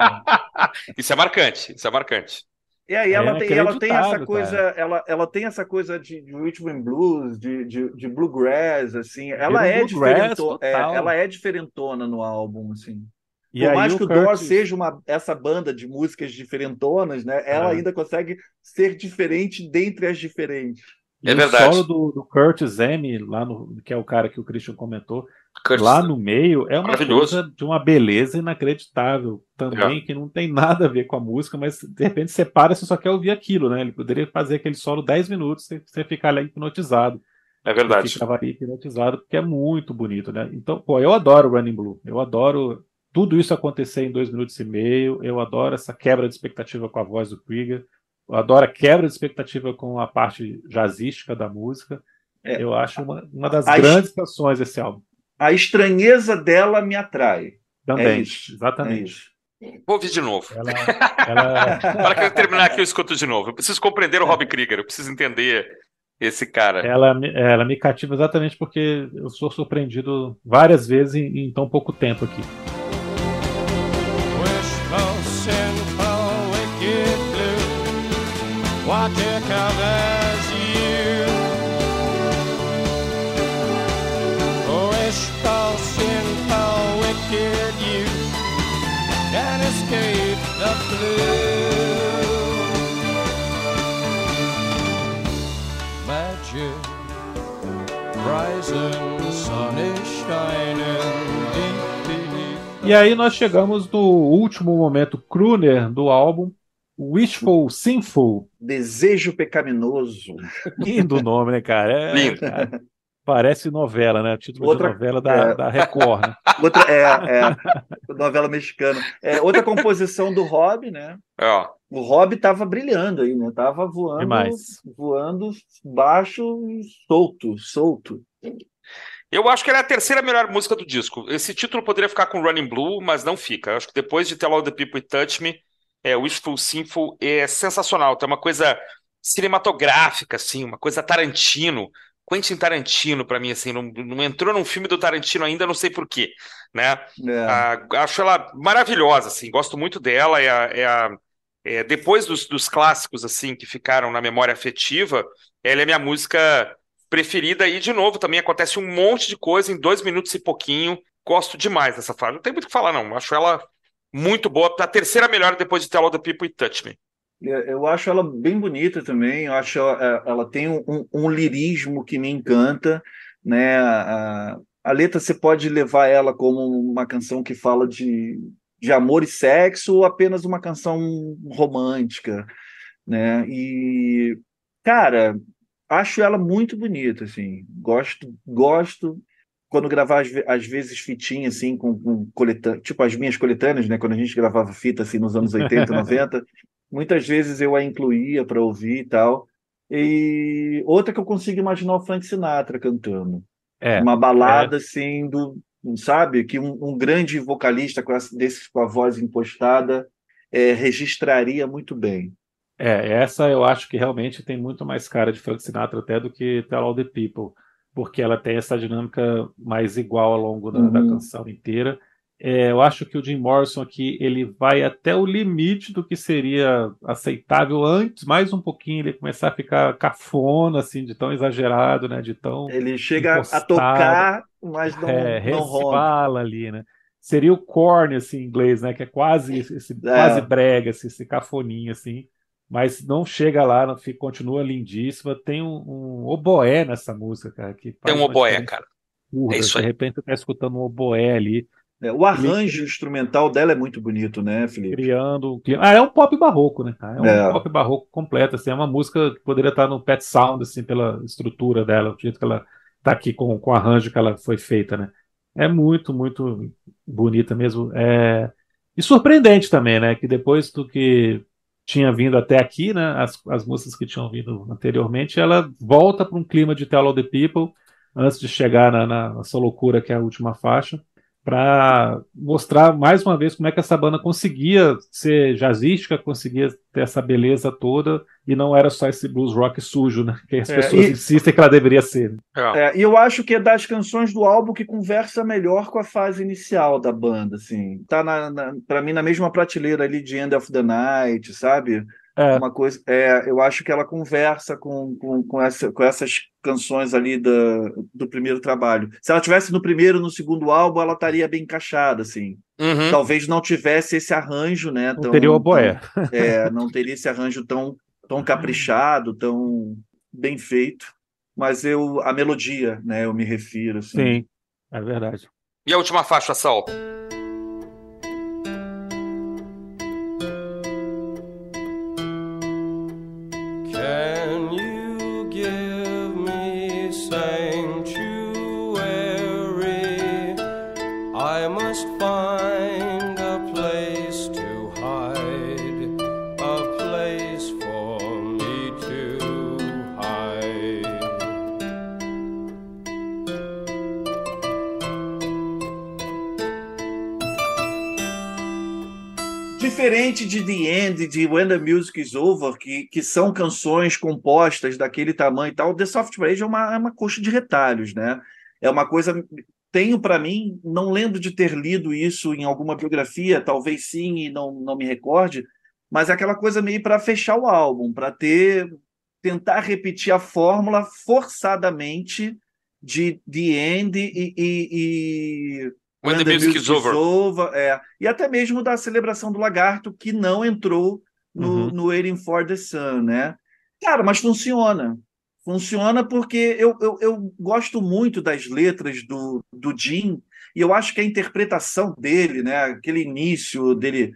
Isso é marcante, isso é marcante. E aí É ela tem essa inacreditável, coisa, cara. ela tem essa coisa de rhythm and blues, de bluegrass, assim. Vira um bluegrass Ela total. é diferentona no álbum, assim. E Por aí mais o que o Doors Curtis... seja essa banda de músicas diferentonas, né? Ela É. ainda consegue ser diferente dentre as diferentes. E É o verdade. solo do Curtis M, que é o cara que o Christian comentou, Curtis, lá no meio, é uma maravilhoso. coisa de uma beleza inacreditável também, que não tem nada a ver com a música, mas de repente você para e você só quer ouvir aquilo, né? Ele poderia fazer aquele solo 10 minutos, você ficar ali hipnotizado. É Eu verdade. ficava ali hipnotizado, porque é muito bonito, né? Então, pô, eu adoro Running Blue, eu adoro tudo isso acontecer em 2 minutos e meio, eu adoro essa quebra de expectativa com a voz do Krieger, eu adoro a quebra de expectativa com a parte jazzística da música. É, Eu acho uma das a, grandes canções desse álbum. a estranheza dela me atrai. Também, Isso. exatamente. É isso. Vou ouvir de novo. Ela... Para que eu terminar aqui, eu escuto de novo. Eu preciso compreender o Rob Krieger, eu preciso entender esse cara. ela me cativa exatamente porque eu sou surpreendido várias vezes em tão pouco tempo aqui. What covers you? Wishful, sinful, wicked you can't escape the blue. Magic, rising, sun is shining deep beneath. E aí nós chegamos no último momento crooner do álbum, Wishful Sinful. Desejo Pecaminoso. Lindo nome, né, cara? Lindo. Cara, parece novela, né? Título Outra- de novela da Record, né? Outra, novela mexicana. Outra composição do Rob, né? Ó, O Rob tava brilhando aí, né? Tava voando, Demais. voando baixo e solto. eu acho que ela é a terceira melhor música do disco. Esse título poderia ficar com Running Blue, mas não fica. Eu acho que depois de Tell All the People e Touch Me, Wishful Sinful é sensacional. Tem uma coisa cinematográfica, assim, uma coisa Tarantino. Quentin Tarantino, pra mim, assim, não entrou num filme do Tarantino ainda, não sei por quê, né? Acho ela maravilhosa, assim, gosto muito dela. Depois dos clássicos, assim, que ficaram na memória afetiva, ela é minha música preferida. E, de novo, também acontece um monte de coisa em 2 minutos e pouquinho. Gosto demais dessa fase. Não tem muito o que falar, não. Acho ela muito boa. A terceira melhor depois de Tell All the People e Touch Me. Eu acho ela bem bonita também. Eu acho ela tem um lirismo que me encanta, né? A letra você pode levar ela como uma canção que fala de amor e sexo ou apenas uma canção romântica, né? E, cara, acho ela muito bonita, assim. Gosto quando gravar às vezes fitinha assim com coletâneas, tipo as minhas coletâneas, né? Quando a gente gravava fita assim nos anos 80, 90, muitas vezes eu a incluía para ouvir e tal. E outra que eu consigo imaginar o Frank Sinatra cantando. Uma balada assim sabe, que um grande vocalista desses com a voz impostada registraria muito bem. Essa eu acho que realmente tem muito mais cara de Frank Sinatra até do que Tell All the People, porque ela tem essa dinâmica mais igual ao longo da canção inteira. Eu acho que o Jim Morrison aqui ele vai até o limite do que seria aceitável antes, mais um pouquinho ele começar a ficar cafona, assim, de tão exagerado, né, de tão Ele chega impostado. a tocar, mas não rompe. Resvala ali, né? Seria o corny, assim, em inglês, né, que é quase quase brega, esse cafoninho, assim. Mas não chega lá, continua lindíssima. Tem um oboé nessa música, cara. Que Tem faz um uma oboé, diferença cara. absurda. É isso De aí. repente você está escutando um oboé ali, O arranjo instrumental dela é muito bonito, né, Felipe? criando um clima. É um pop barroco, né, cara? É um pop barroco completo. Assim, é uma música que poderia estar no Pet Sound, assim, pela estrutura dela, o jeito que ela está aqui com o arranjo que ela foi feita, né? É muito, muito bonita mesmo. E surpreendente também, né? Que depois do que tinha vindo até aqui, né? As músicas que tinham vindo anteriormente, ela volta para um clima de Tell All the People antes de chegar na sua loucura, que é a última faixa, para mostrar mais uma vez como é que essa banda conseguia ser jazzística, conseguia ter essa beleza toda e não era só esse blues rock sujo, né? Que as pessoas insistem que ela deveria ser. E eu acho que é das canções do álbum que conversa melhor com a fase inicial da banda, assim. Tá para mim na mesma prateleira ali de End of the Night, sabe? Uma coisa, eu acho que ela conversa com essas canções ali do primeiro trabalho. Se ela tivesse no primeiro, no segundo álbum, ela estaria bem encaixada, assim. Talvez não tivesse esse arranjo, né? Não teria oboé. Não teria esse arranjo tão caprichado, tão bem feito. Mas a melodia, né? Eu me refiro, assim. Sim, é verdade. E a última faixa, Saul? Can you give me sanctuary? I must find a place to hide, a place for me to hide. Diferente de The End e de When the Music is Over, que são canções compostas daquele tamanho e tal, The Soft Parade é uma coxa de retalhos, né? É uma coisa... Tenho para mim, não lembro de ter lido isso em alguma biografia, talvez sim, e não me recorde, mas é aquela coisa meio para fechar o álbum, para tentar repetir a fórmula forçadamente de The End e When the When the Music is Music is Over. Over, e até mesmo da Celebração do Lagarto, que não entrou Uhum. no Waiting for the Sun, né? Cara, mas funciona. Funciona porque eu gosto muito das letras do Jim, e eu acho que a interpretação dele, né, aquele início dele,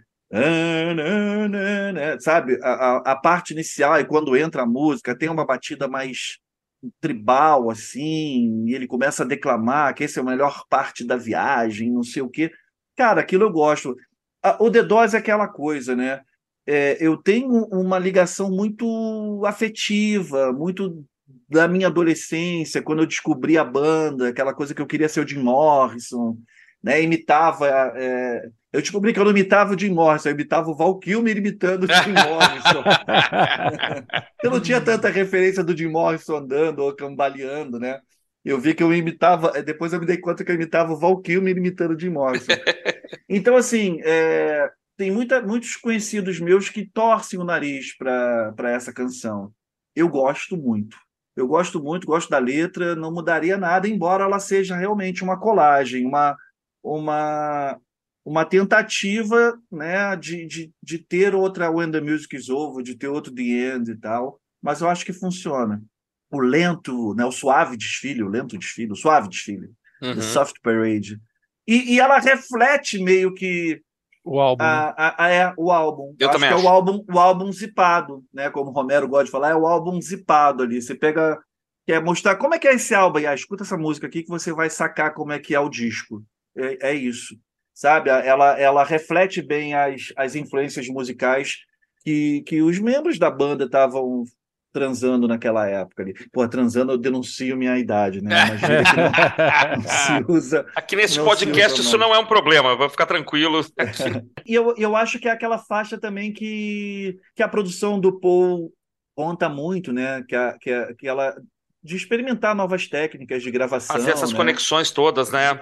sabe, a parte inicial, e quando entra a música, tem uma batida mais tribal, assim, e ele começa a declamar que essa é a melhor parte da viagem, não sei o quê. Cara, aquilo eu gosto. O The Doors é aquela coisa, né? Eu tenho uma ligação muito afetiva, muito da minha adolescência, quando eu descobri a banda, aquela coisa que eu queria ser o Jim Morrison, né? Imitava. Eu descobri que eu não imitava o Jim Morrison, eu imitava o Val Kilmer imitando o Jim Morrison. Eu não tinha tanta referência do Jim Morrison andando ou cambaleando, né? Eu vi que eu imitava, depois eu me dei conta que eu imitava o Val Kilmer imitando o Jim Morrison. Então, assim, tem muitos conhecidos meus que torcem o nariz para essa canção. Eu gosto muito. Eu gosto muito, gosto da letra, não mudaria nada, embora ela seja realmente uma colagem, uma, uma tentativa, né, de ter outra When the Music is Over, de ter outro The End e tal, mas eu acho que funciona. O lento, né, o lento desfile, o suave desfile, The Uhum. Soft Parade. E ela reflete meio que O álbum, né? o álbum. Eu Eu acho também que é acho. o álbum zipado, né? Como o Romero gosta de falar, é o álbum zipado ali. Você pega, quer mostrar como é que é esse álbum, e escuta essa música aqui que você vai sacar como é que é o disco. É isso, sabe? Ela reflete bem as influências musicais que os membros da banda estavam transando naquela época ali. Pô, transando eu denuncio minha idade, né? Uma gíria que não se usa, Aqui nesse não se usa podcast isso mais. não é um problema, vou ficar tranquilo. Aqui... E eu acho que é aquela faixa também que a produção do Paul conta muito, né? Que ela de experimentar novas técnicas de Fazer gravação, essas né? conexões todas, né?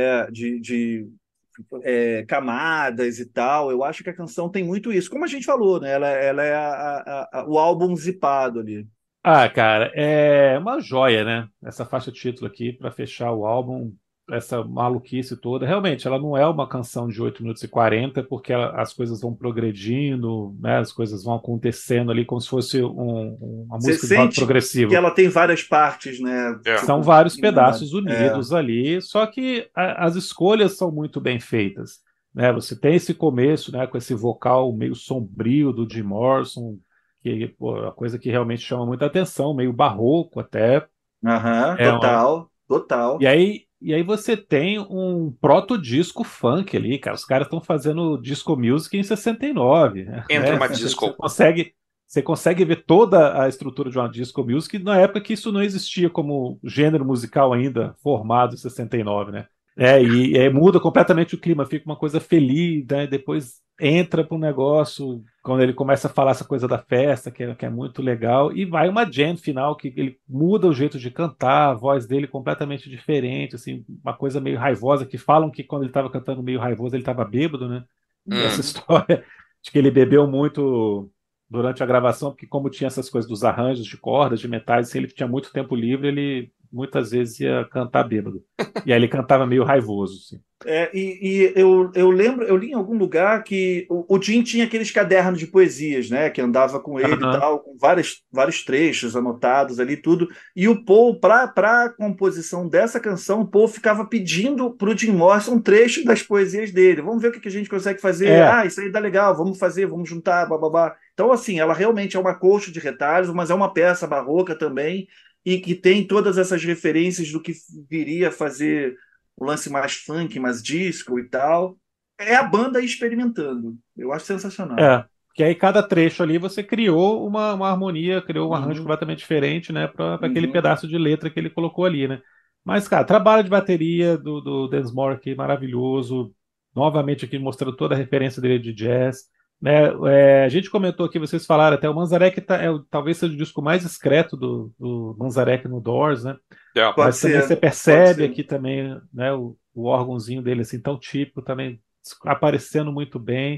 De camadas e tal. Eu acho que a canção tem muito isso. Como a gente falou, né? Ela é o álbum zipado ali. Ah, cara, é uma joia, né? Essa faixa título aqui para fechar o álbum, essa maluquice toda. Realmente, ela não é uma canção de 8 minutos e 40, porque as coisas vão progredindo, né? As coisas vão acontecendo ali como se fosse uma Você música de rock sente que progressivo. ela tem várias partes, né? É. São Tipo, vários emendado. pedaços unidos ali, só que as escolhas são muito bem feitas, né? Você tem esse começo, né, com esse vocal meio sombrio do Jim Morrison, que pô, é uma coisa que realmente chama muita atenção, meio barroco até. Aham, É uma- total, total. e aí você tem um proto-disco funk ali, cara. Os caras estão fazendo disco music em 69, Entre né? uma Você disco. consegue ver toda a estrutura de uma disco music na época que isso não existia como gênero musical ainda formado em 69, né? E muda completamente o clima, fica uma coisa feliz, né? Depois entra para um negócio, quando ele começa a falar essa coisa da festa, que é muito legal, e vai uma jam final que ele muda o jeito de cantar, a voz dele completamente diferente, assim, uma coisa meio raivosa, que falam que quando ele estava cantando meio raivoso ele estava bêbado, né? Essa Hum. história de que ele bebeu muito durante a gravação, porque como tinha essas coisas dos arranjos de cordas, de metais, assim, ele tinha muito tempo livre, ele muitas vezes ia cantar bêbado. E aí ele cantava meio raivoso, assim. Eu lembro, eu li em algum lugar que o Jim tinha aqueles cadernos de poesias, né? Que andava com ele e Aham. tal, com vários trechos anotados ali, tudo. E o Paul, para a composição dessa canção, o Paul ficava pedindo para o Jim Morrison trechos das poesias dele. Vamos ver o que a gente consegue fazer. É, Ah, isso aí dá legal, vamos fazer, vamos juntar, bababá. Então, assim, ela realmente é uma colcha de retalhos, mas é uma peça barroca também, e que tem todas essas referências do que viria a fazer o lance mais funk, mais disco e tal. É a banda experimentando. Eu acho sensacional. que aí cada trecho ali você criou uma harmonia, criou um arranjo Uhum, completamente diferente, né, para aquele uhum. pedaço de letra que ele colocou ali, né. Mas, cara, trabalho de bateria do Densmore aqui, maravilhoso. Novamente aqui mostrando toda a referência dele de jazz. Né, a gente comentou aqui, vocês falaram até, o Manzarek talvez seja o disco mais discreto do Manzarek no Doors, né? É. Pode Mas também você ser, pode percebe ser. aqui também, né, o órgãozinho dele assim tão típico também aparecendo muito bem.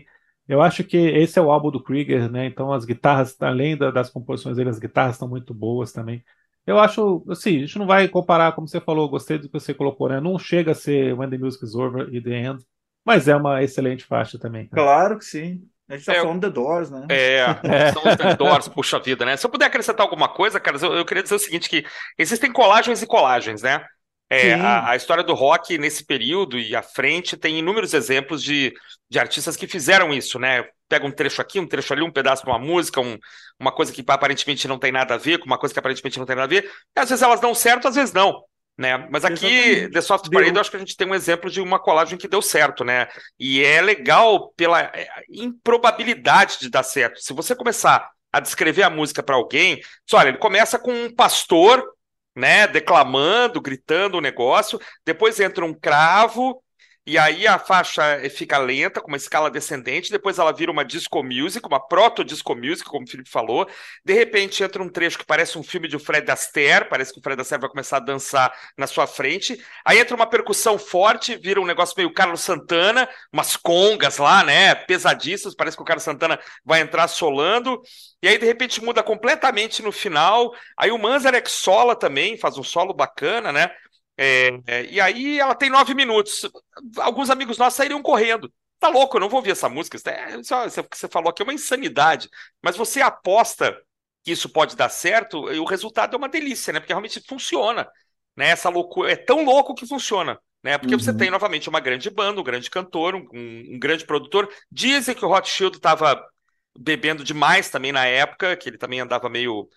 Eu acho que esse é o álbum do Krieger, né? Então as guitarras, além das composições dele, as guitarras estão muito boas também. Eu acho, assim, a gente não vai comparar, como você falou, gostei do que você colocou, né? Não chega a ser When the Music is Over e The End, mas é uma excelente faixa também, cara. Claro que sim. A gente tá É, falando The Doors, né? são os The Doors, puxa vida, né? Se eu puder acrescentar alguma coisa, cara, eu queria dizer o seguinte, que existem colagens e colagens, né? A Sim, história do rock nesse período e à frente tem inúmeros exemplos de artistas que fizeram isso, né? Pega um trecho aqui, um trecho ali, um pedaço de uma música, uma coisa que aparentemente não tem nada a ver, com uma coisa que aparentemente não tem nada a ver. E às vezes elas dão certo, às vezes não. Né? Mas aqui, exatamente. The Soft Parade, eu Deu. acho que a gente tem um exemplo de uma colagem que deu certo, né? E é legal pela improbabilidade de dar certo. Se você começar a descrever a música para alguém, olha, ele começa com um pastor, né, declamando, gritando o negócio, depois entra um cravo, e aí a faixa fica lenta, com uma escala descendente, depois ela vira uma disco music, uma proto-disco music, como o Felipe falou, de repente entra um trecho que parece um filme de Fred Astaire, parece que o Fred Astaire vai começar a dançar na sua frente, aí entra uma percussão forte, vira um negócio meio Carlos Santana, umas congas lá, né, pesadíssimas, parece que o Carlos Santana vai entrar solando, e aí de repente muda completamente no final, aí o Manzarek sola também, faz um solo bacana, né, e aí ela tem 9 minutos. Alguns amigos nossos sairiam correndo. Tá louco, eu não vou ouvir essa música. Isso que você falou aqui é uma insanidade. Mas você aposta que isso pode dar certo e o resultado é uma delícia, né? Porque realmente funciona. Né? Essa loucura é tão louco que funciona. Né? Porque você tem Uhum. novamente uma grande banda, um grande cantor, um grande produtor. Dizem que o Hot Shield estava bebendo demais também na época, que ele também andava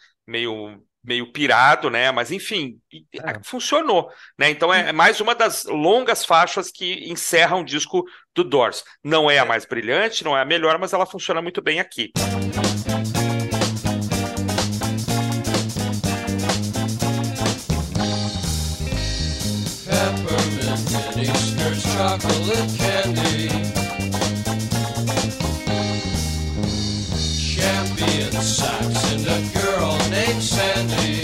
meio pirado, né? Mas enfim, É. funcionou, né? Então é mais uma das longas faixas que encerram o disco do Doors. Não é a mais brilhante, não é a melhor, mas ela funciona muito bem aqui. Peppermint miniskirts, chocolate candy, champion socks, and a girl named Sandy.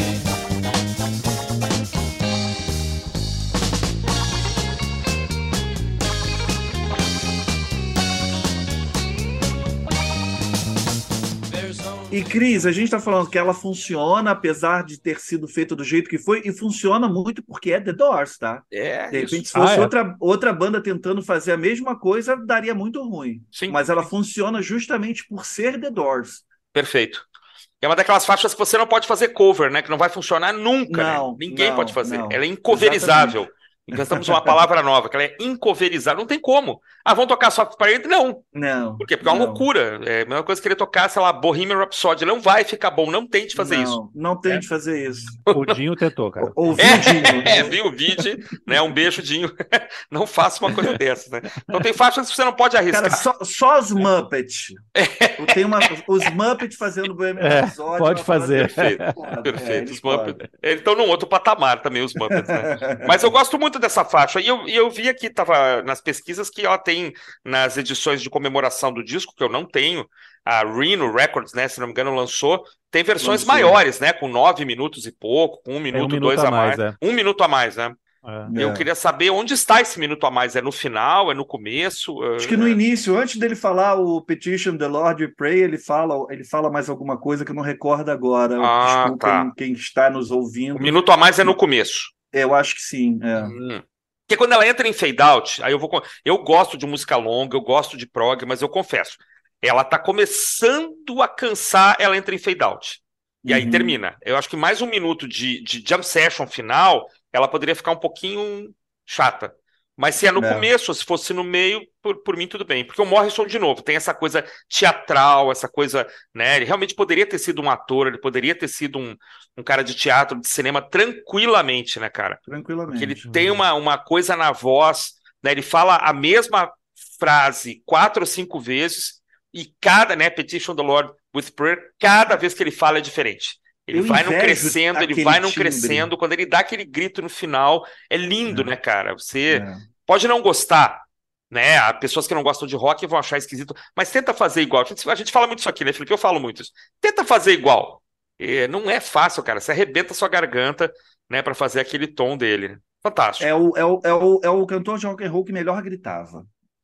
There's E only Cris, a gente está falando que ela funciona, apesar de ter sido feita do jeito que foi, e funciona muito porque é The Doors, tá? É De isso. repente, se Ah, fosse é. outra banda tentando fazer a mesma coisa, daria muito ruim. Sim, Mas ela funciona justamente por ser The Doors. perfeito. É uma daquelas faixas que você não pode fazer cover, né? Que não vai funcionar nunca, né? Não, Ninguém pode não, fazer. Ela não. é Exatamente. incoverizável. Inventamos uma palavra nova, que ela é incoverizável. Não tem como. Ah, vamos tocar Soft Parade? Não. Não, Por quê? Porque é uma não, loucura. É a mesma coisa que querer tocar, sei lá, Bohemian Rhapsody. Não vai ficar bom. Não tente fazer isso. não. Não Né? tente fazer isso. O Dinho tentou, cara. Ouviu o Dinho, né? Viu o vídeo, né? Um beijo, Dinho. Não faça uma coisa dessa, né? Então tem faixas que você não pode Cara, arriscar. só os Muppets. Tem os Muppets fazendo Bohemian É, Rhapsody. pode uma parada fazer. Perfeito, foda. perfeito. Eles Os Muppets. podem. Eles estão num outro patamar também, os Muppets, né? Mas eu gosto muito dessa faixa. E eu vi aqui, tava nas pesquisas, que ela tem nas edições de comemoração do disco, que eu não tenho, a Rhino Records, né? Se não me engano, lançou. Tem versões Lançou. maiores, né? Com 9 minutos e pouco, com um Tem um minuto, minuto dois a a mais, mais. é. 1 minuto a mais, né? É. Eu É. queria saber onde está esse minuto a mais. É no final? É no começo? Acho que no início, antes dele falar o Petition the Lord We Pray, ele fala mais alguma coisa que eu não recordo agora. Ah, Desculpem tá. quem está nos O ouvindo. minuto a mais é no começo. Eu acho que sim. Porque quando ela entra em fade out, aí eu gosto de música longa, eu gosto de prog, mas eu confesso, ela tá começando a cansar, ela entra em fade out. E aí Uhum. termina. Eu acho que mais 1 minuto de jump session final, ela poderia ficar um pouquinho chata. Mas se é no É. começo, ou se fosse no meio, por mim tudo bem. Porque o Morrison, de novo, tem essa coisa teatral, essa coisa, né? Ele realmente poderia ter sido um ator, ele poderia ter sido um cara de teatro, de cinema, tranquilamente, né, cara? Porque ele Tranquilamente. tem uma coisa na voz, né? Ele fala a mesma frase 4 ou 5 vezes, e cada, né, Petition the Lord with Prayer, cada vez que ele fala é diferente. Ele Eu vai num invejo crescendo, ele aquele vai num timbre. crescendo, quando ele dá aquele grito no final, é lindo, né, É, cara? Você é. pode não gostar, né? Há pessoas que não gostam de rock vão achar esquisito, mas tenta fazer igual. A gente fala muito isso aqui, né, Felipe? Eu falo muito isso. Tenta fazer igual. Não é fácil, cara. Você arrebenta a sua garganta, né, para fazer aquele tom dele. É Fantástico. o, é o, é o, é o cantor de rock and roll que melhor gritava.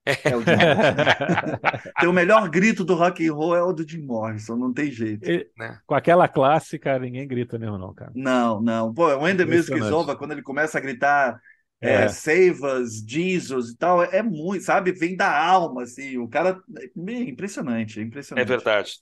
É o Jim Morrison. Tem o melhor grito do rock and roll é o do Jim Morrison, não tem jeito. Né? Com aquela clássica, ninguém grita mesmo, não, cara. Não, não. Pô, When the Music is Impressionante. Over, quando ele começa a gritar É, Save Us, Jesus e tal, é muito, sabe? Vem da alma, assim. O cara. Impressionante, é É impressionante. verdade.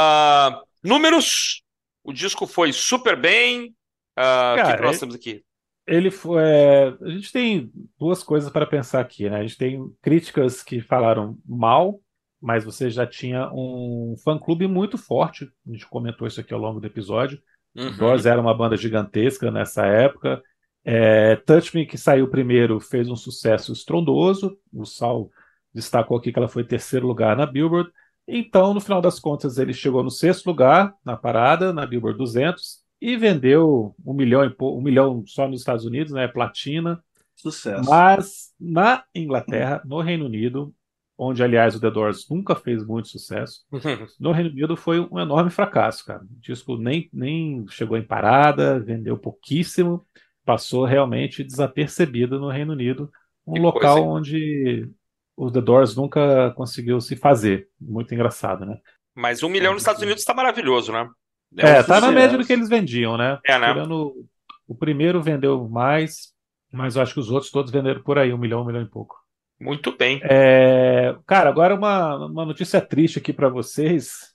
Números. O disco foi super bem. O que que cara, nós temos aqui? ele foi. A gente tem duas coisas para pensar aqui, né? A gente tem críticas que falaram mal, mas você já tinha um fã-clube muito forte. A gente comentou isso aqui ao longo do episódio. O Uhum. Doors era uma banda gigantesca nessa época. Touch Me, que saiu primeiro, fez um sucesso estrondoso. O Sal destacou aqui que ela foi terceiro lugar na Billboard. Então, no final das contas, ele chegou no sexto lugar na parada, na Billboard 200, e vendeu 1 milhão, 1 milhão só nos Estados Unidos, né? Platina. Sucesso. Mas na Inglaterra, no Reino Unido, onde, aliás, o The Doors nunca fez muito sucesso, no Reino Unido foi um enorme fracasso, cara. O disco nem chegou em parada, vendeu pouquíssimo, passou realmente desapercebido no Reino Unido, um Que coisa, local hein? onde o The Doors nunca conseguiu se fazer. Muito engraçado, né? Mas 1 milhão nos Estados Unidos está maravilhoso, né? É um Tá na número. média do que Sucesso. eles vendiam, né? É, né? Tirando o primeiro vendeu mais, mas eu acho que os outros todos venderam por aí, 1 milhão, 1 milhão e pouco. Muito bem. Cara, agora uma notícia triste aqui para vocês.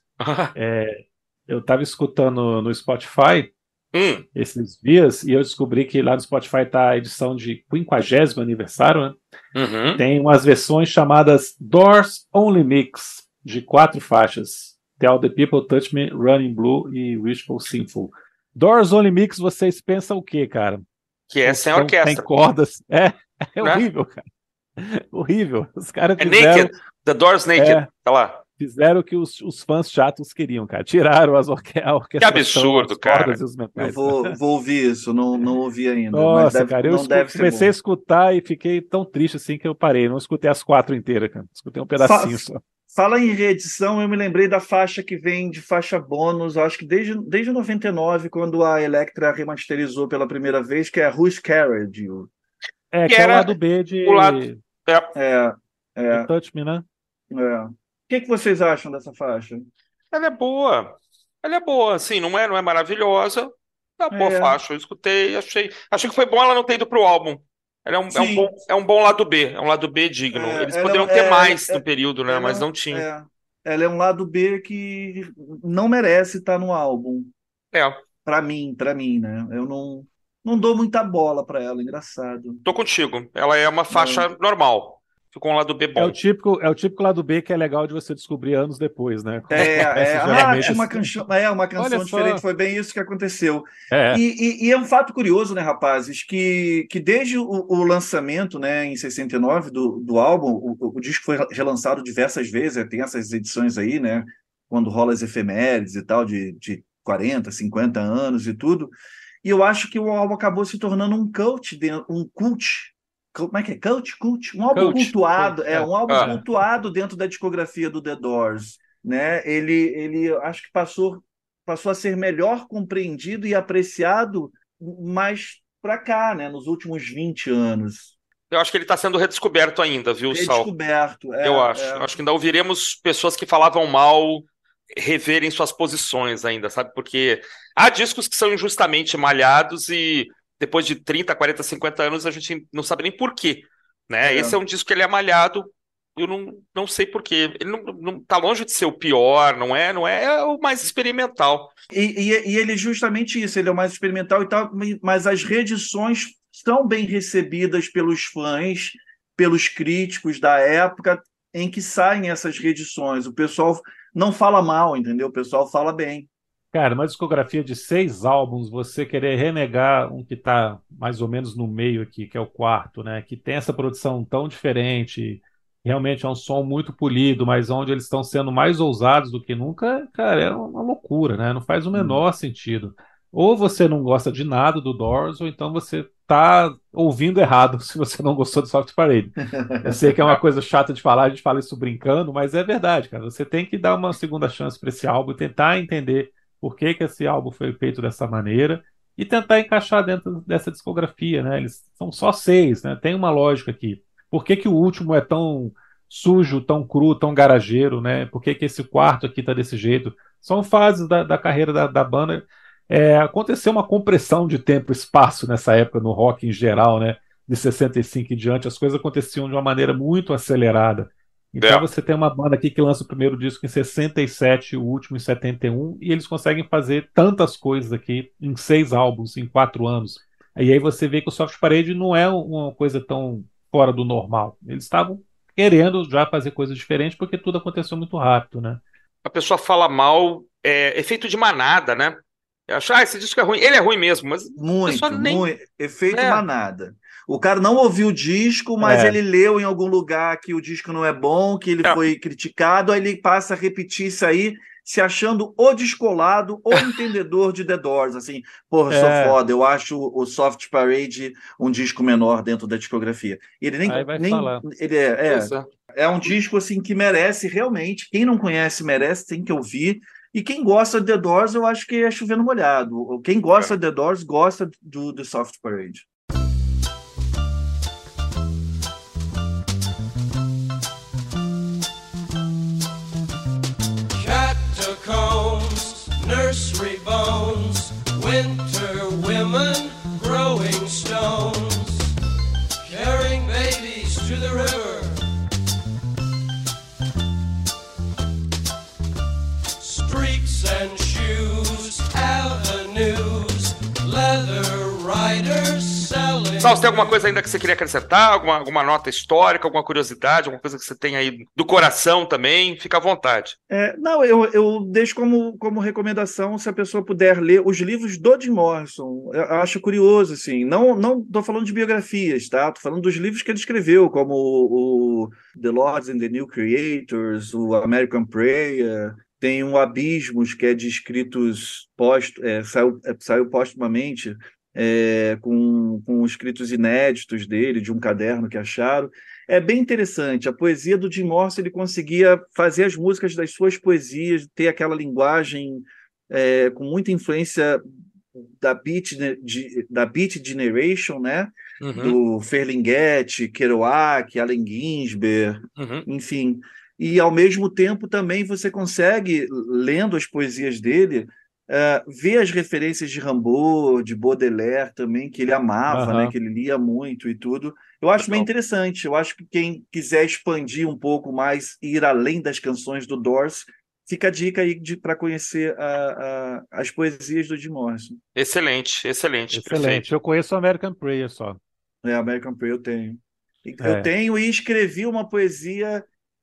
Eu estava escutando no Spotify Hum, esses dias e eu descobri que lá no Spotify tá a edição de 50º aniversário, né? uhum. Tem umas versões chamadas Doors Only Mix, de 4 faixas. Tell the People, Touch Me, Running Blue e Wishful Sinful. Doors Only Mix, vocês pensam o quê, cara? Que é sem Tostão sem orquestra, cordas. É né? horrível, cara. Horrível. Os caras É Naked. fizeram, The Doors Naked. é, Tá lá. fizeram o que os fãs chatos queriam, cara. Tiraram a Que orquestração, as absurdo, cara. cordas e os Eu metais. vou ouvir isso, não ouvi ainda, mas Nossa, cara, não deve ser comecei a bom. escutar e fiquei tão triste assim que eu parei. Não escutei as 4 inteiras, cara. Escutei um Fa- pedacinho só. Fala em reedição, eu me lembrei da faixa que vem de faixa bônus, acho que desde 99, quando a Elektra remasterizou pela primeira vez, que é Who's Carried You. Que Que é o era lado B o lado. É, É, de é, Touch Me, né? é. O que vocês acham dessa faixa? ela é boa. Ela é boa, assim, não é maravilhosa. É uma boa É, faixa. Eu escutei, achei que foi bom ela não ter ido pro álbum. Ela sim, é um bom lado B, é um lado B digno. Eles ela, poderiam ter mais no período, né? ela, Mas não tinham. ela é um lado B que não merece estar no álbum, É, pra mim, né? Eu não dou muita bola pra ela, engraçado. tô contigo. Ela é uma É. faixa normal. Ficou um lado B bom. É o típico lado B que é legal de você descobrir anos depois, né? Quando acontece Tinha geralmente uma assim. canção, uma Olha canção diferente, só. foi bem isso que aconteceu. É, E é um fato curioso, né, rapazes, que desde o lançamento, né, em 69 do álbum, o disco foi relançado diversas vezes, tem essas edições aí, né, quando rola as efemérides e tal, de 40, 50 anos e tudo, e eu acho que o álbum acabou se tornando um cult, um cult. Como é que é? Cult? Um álbum cultuado, coach, é. um álbum Ah, cultuado dentro da discografia do The Doors, né? Ele acho que passou a ser melhor compreendido e apreciado mais para cá, né? Nos últimos 20 anos. eu acho que ele está sendo redescoberto ainda, viu, Sal? Redescoberto, Eu acho. Acho que ainda ouviremos pessoas que falavam mal reverem suas posições ainda, sabe? Porque há discos que são injustamente malhados e depois de 30, 40, 50 anos a gente não sabe nem por quê, né? Esse é é. um disco que ele é malhado, eu não sei por quê. Ele não tá longe de ser o pior, é o mais experimental. E ele é justamente isso, ele é o mais experimental e tal, mas as reedições são bem recebidas pelos fãs, pelos críticos da época em que saem essas reedições. O pessoal não fala mal, entendeu? O pessoal fala bem. Cara, uma discografia de 6 álbuns, você querer renegar um que está mais ou menos no meio aqui, que é o quarto, né? Que tem essa produção tão diferente, realmente é um som muito polido, mas onde eles estão sendo mais ousados do que nunca, cara, é uma loucura, né? Não faz o menor sentido. Ou você não gosta de nada do Doors, ou então você tá ouvindo errado se você não gostou do Soft Parade. Eu sei que é uma coisa chata de falar, a gente fala isso brincando, mas é verdade, cara. Você tem que dar uma segunda chance para esse álbum e tentar entender por que que esse álbum foi feito dessa maneira e tentar encaixar dentro dessa discografia, né? Eles são só 6, né? Tem uma lógica aqui. Por que que o último é tão sujo, tão cru, tão garageiro, né? Por que que esse quarto aqui tá desse jeito? São fases da carreira da banda. Aconteceu uma compressão de tempo e espaço nessa época no rock em geral, né? De 65 em diante, as coisas aconteciam de uma maneira muito acelerada. Então É. você tem uma banda aqui que lança o primeiro disco em 67, o último em 71, e eles conseguem fazer tantas coisas aqui em 6 álbuns, em 4 anos. E aí você vê que o Soft Parade não é uma coisa tão fora do normal. Eles estavam querendo já fazer coisas diferentes porque tudo aconteceu muito rápido, né? A pessoa fala mal, efeito de manada, né? Eu acho, esse disco é ruim. Ele é ruim mesmo, mas a pessoa Muito, nem. muito. Efeito É, manada. O cara não ouviu o disco, mas É, ele leu em algum lugar que o disco não é bom, que ele é. foi criticado, aí ele passa a repetir isso aí, se achando o descolado, o entendedor de The Doors. Assim, porra, sou é, foda, eu acho o Soft Parade um disco menor dentro da discografia. E ele aí vai nem falar. ele é, Pois é. é um disco assim que merece realmente. Quem não conhece merece, tem que ouvir. E quem gosta de The Doors, eu acho que é chovendo molhado. Quem gosta É. de The Doors gosta do Soft Parade. Catacombs, nursery bones, winter women growing stones, carrying babies to the river, streets and shoes, avenues, leather riders selling. Sal, você tem alguma coisa ainda que você queria acrescentar? Alguma nota histórica, alguma curiosidade, alguma coisa que você tem aí do coração também? Fica à vontade. Não, eu deixo como recomendação, se a pessoa puder ler os livros do Jim Morrison. Eu acho curioso, assim. Não estou falando de biografias, tá? Estou falando dos livros que ele escreveu, como o The Lords and the New Creators, o American Prayer. Tem o Abismos, que é de escritos saiu póstumamente, com escritos inéditos dele, de um caderno que acharam. É bem interessante. A poesia do Jim Morrison, ele conseguia fazer as músicas das suas poesias, ter aquela linguagem com muita influência da Beat Generation, né? Uhum, Do Ferlinghetti, Kerouac, Allen Ginsberg, uhum. enfim. E, ao mesmo tempo, também você consegue, lendo as poesias dele, ver as referências de Rimbaud, de Baudelaire também, que ele amava, né? Aham. Que ele lia muito e tudo. Eu acho bem Legal. interessante. Eu acho que quem quiser expandir um pouco mais e ir além das canções do Doors, fica a dica aí para conhecer as poesias do Jim Morrison. Excelente, excelente, Excelente. perfeito. Eu conheço o American Prayer só. American Prayer eu tenho. Eu É. tenho e escrevi uma poesia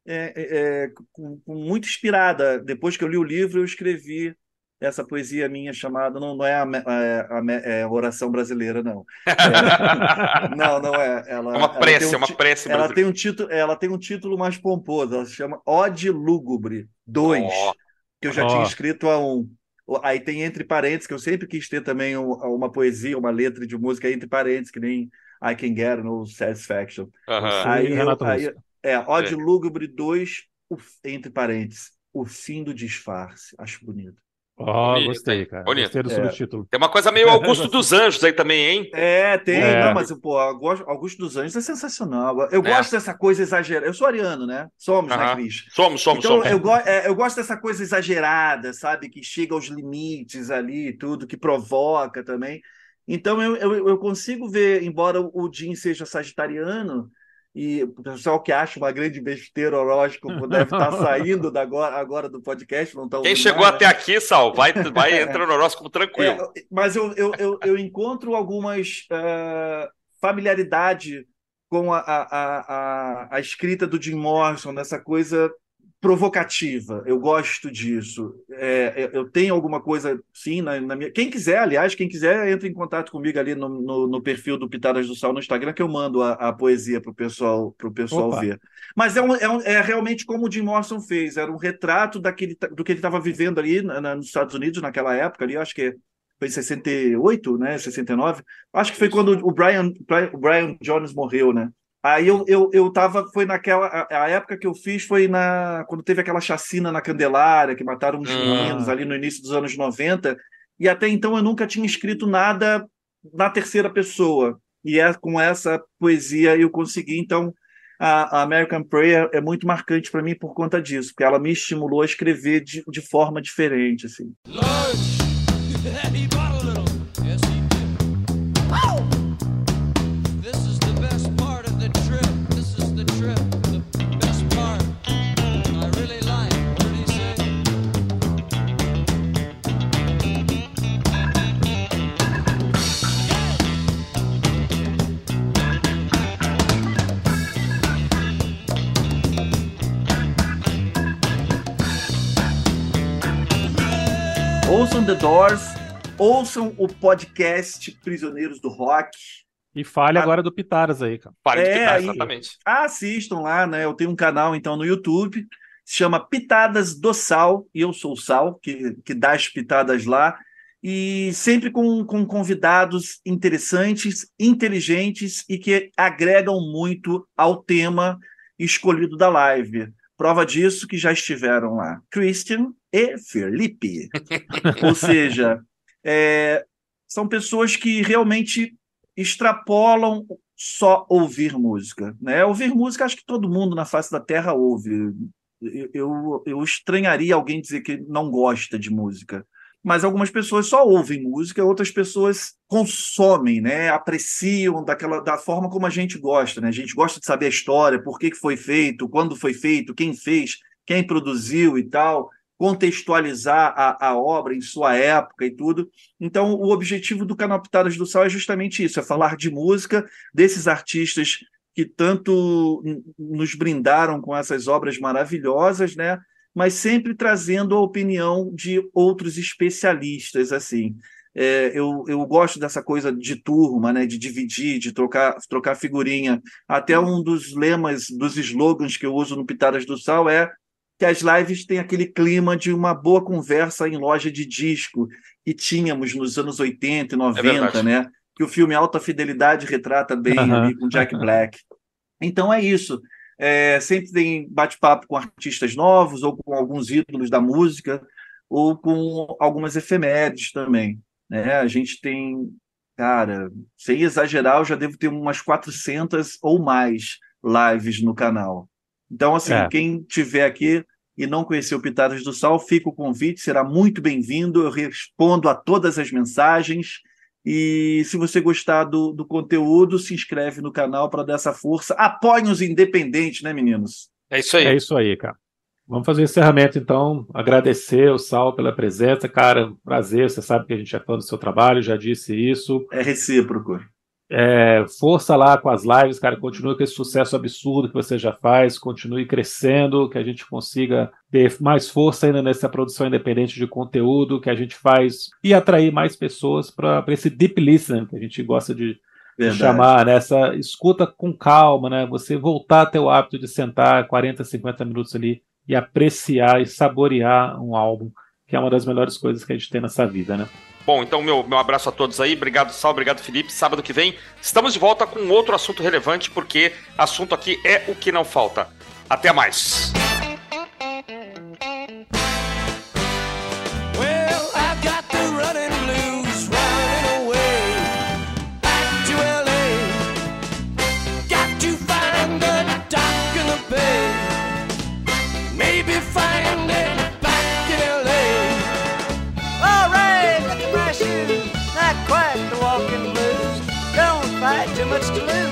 muito inspirada. Depois que eu li o livro, eu escrevi essa poesia minha chamada. Não é a oração brasileira, não. Não é. É uma prece brasileira. Ela tem um título mais pomposo. Ela se chama Ode Lúgubre 2, Ó, que eu já tinha Ó, escrito há um. Aí tem entre parênteses, que eu sempre quis ter também uma poesia, uma letra de música entre parênteses, que nem I Can Get No Satisfaction. aham, você e Renato Aí Russo. Ode é. Lúgubre 2, entre parênteses, o fim do disfarce. Acho bonito. Ó, Bonito, gostei, hein? cara. Bonito. Gostei do É, subtítulo. Tem uma coisa meio Augusto Gostei. dos Anjos aí também, hein? tem, não, É, mas pô, Augusto dos Anjos é sensacional. Eu Né? gosto dessa coisa exagerada. Eu sou ariano, né? Somos, né, Aham. Cris? Somos, somos, Então somos. eu gosto dessa coisa exagerada, sabe? Que chega aos limites ali, tudo, que provoca também. Então eu consigo ver, embora o Jim seja sagitariano, e o pessoal que acha uma grande besteira, o horóscopo deve estar saindo agora do podcast, não está Quem ouvindo chegou mais, né? até aqui, Sal, vai entra no horóscopo É, tranquilo. mas eu encontro algumas familiaridade com a escrita do Jim Morrison, dessa coisa provocativa. Eu gosto disso. Eu tenho alguma coisa, sim, na minha. Quem quiser, aliás, quem quiser, entre em contato comigo ali no perfil do Pitadas do Sal no Instagram, que eu mando a poesia para o pessoal opa. ver. Mas é realmente como o Jim Morrison fez, era um retrato do que ele estava vivendo ali nos Estados Unidos naquela época, ali, eu acho que foi em 68, né? 69. Acho que foi quando o Brian Jones morreu, né? Aí eu tava, foi a época que eu fiz foi quando teve aquela chacina na Candelária, que mataram uns meninos Ah, ali no início dos anos 90, e até então eu nunca tinha escrito nada na terceira pessoa. E com essa poesia eu consegui, então, a American Prayer é muito marcante para mim por conta disso, porque ela me estimulou a escrever de forma diferente, assim. Lunch. He bought a little. Yes, he did. Oh! This is the best part of the trip. This is the trip. The best part. I really like. What did he say? Ouçam The Doors, ouçam o podcast Prisioneiros do Rock. E fale agora do Pitadas aí, cara. Pare de pitar, aí- exatamente. Assistam lá, né? Eu tenho um canal, então, no YouTube, se chama Pitadas do Sal, e eu sou o Sal, que dá as pitadas lá, e sempre com convidados interessantes, inteligentes e que agregam muito ao tema escolhido da live. Prova disso que já estiveram lá Christian e Felipe. Ou seja, são pessoas que realmente extrapolam só ouvir música, né? Ouvir música, acho que todo mundo na face da Terra ouve. Eu estranharia alguém dizer que não gosta de música. Mas algumas pessoas só ouvem música, outras pessoas consomem, né? Apreciam da forma como a gente gosta, né? A gente gosta de saber a história, por que foi feito, quando foi feito, quem fez, quem produziu e tal, contextualizar a obra em sua época e tudo. Então, o objetivo do canal Pitadas do Sal é justamente isso, é falar de música, desses artistas que tanto nos brindaram com essas obras maravilhosas, né? Mas sempre trazendo a opinião de outros especialistas, assim. Eu gosto dessa coisa de turma, né? De dividir, de trocar figurinha. Até um dos lemas, dos slogans que eu uso no Pitadas do Sal é que as lives têm aquele clima de uma boa conversa em loja de disco que tínhamos nos anos 80 e 90, verdade. né? Que o filme Alta Fidelidade retrata bem ali com Jack Black. Então é isso. Sempre tem bate-papo com artistas novos, ou com alguns ídolos da música, ou com algumas efemérides também, né? A gente tem, cara, sem exagerar, eu já devo ter umas 400 ou mais lives no canal. Então, assim, quem tiver aqui e não conheceu Pitadas do Sal, fica o convite, será muito bem-vindo, eu respondo a todas as mensagens. E se você gostar do conteúdo, se inscreve no canal para dar essa força. Apoiem os independentes, né, meninos? É isso aí. É isso aí, cara. Vamos fazer o encerramento, então. Agradecer o Sal pela presença. Cara, prazer. Você sabe que a gente é fã do seu trabalho, já disse isso. É recíproco. Força lá com as lives, cara. Continue com esse sucesso absurdo que você já faz. Continue crescendo, que a gente consiga ter mais força ainda nessa produção independente de conteúdo que a gente faz e atrair mais pessoas para esse deep listening que a gente gosta de chamar, né? Essa escuta com calma, né? Você voltar a ter o hábito de sentar 40, 50 minutos ali e apreciar e saborear um álbum, que é uma das melhores coisas que a gente tem nessa vida, né? Bom, então meu abraço a todos aí. Obrigado, Sal. Obrigado, Felipe. Sábado que vem estamos de volta com outro assunto relevante, porque assunto aqui é o que não falta. Até mais. Well, I've got the running blues running away back to LA. Got to find the dock in the bay. Maybe find it back in LA. All right, look at my shoes. Not quite the walking blues. Don't fight, too much to lose.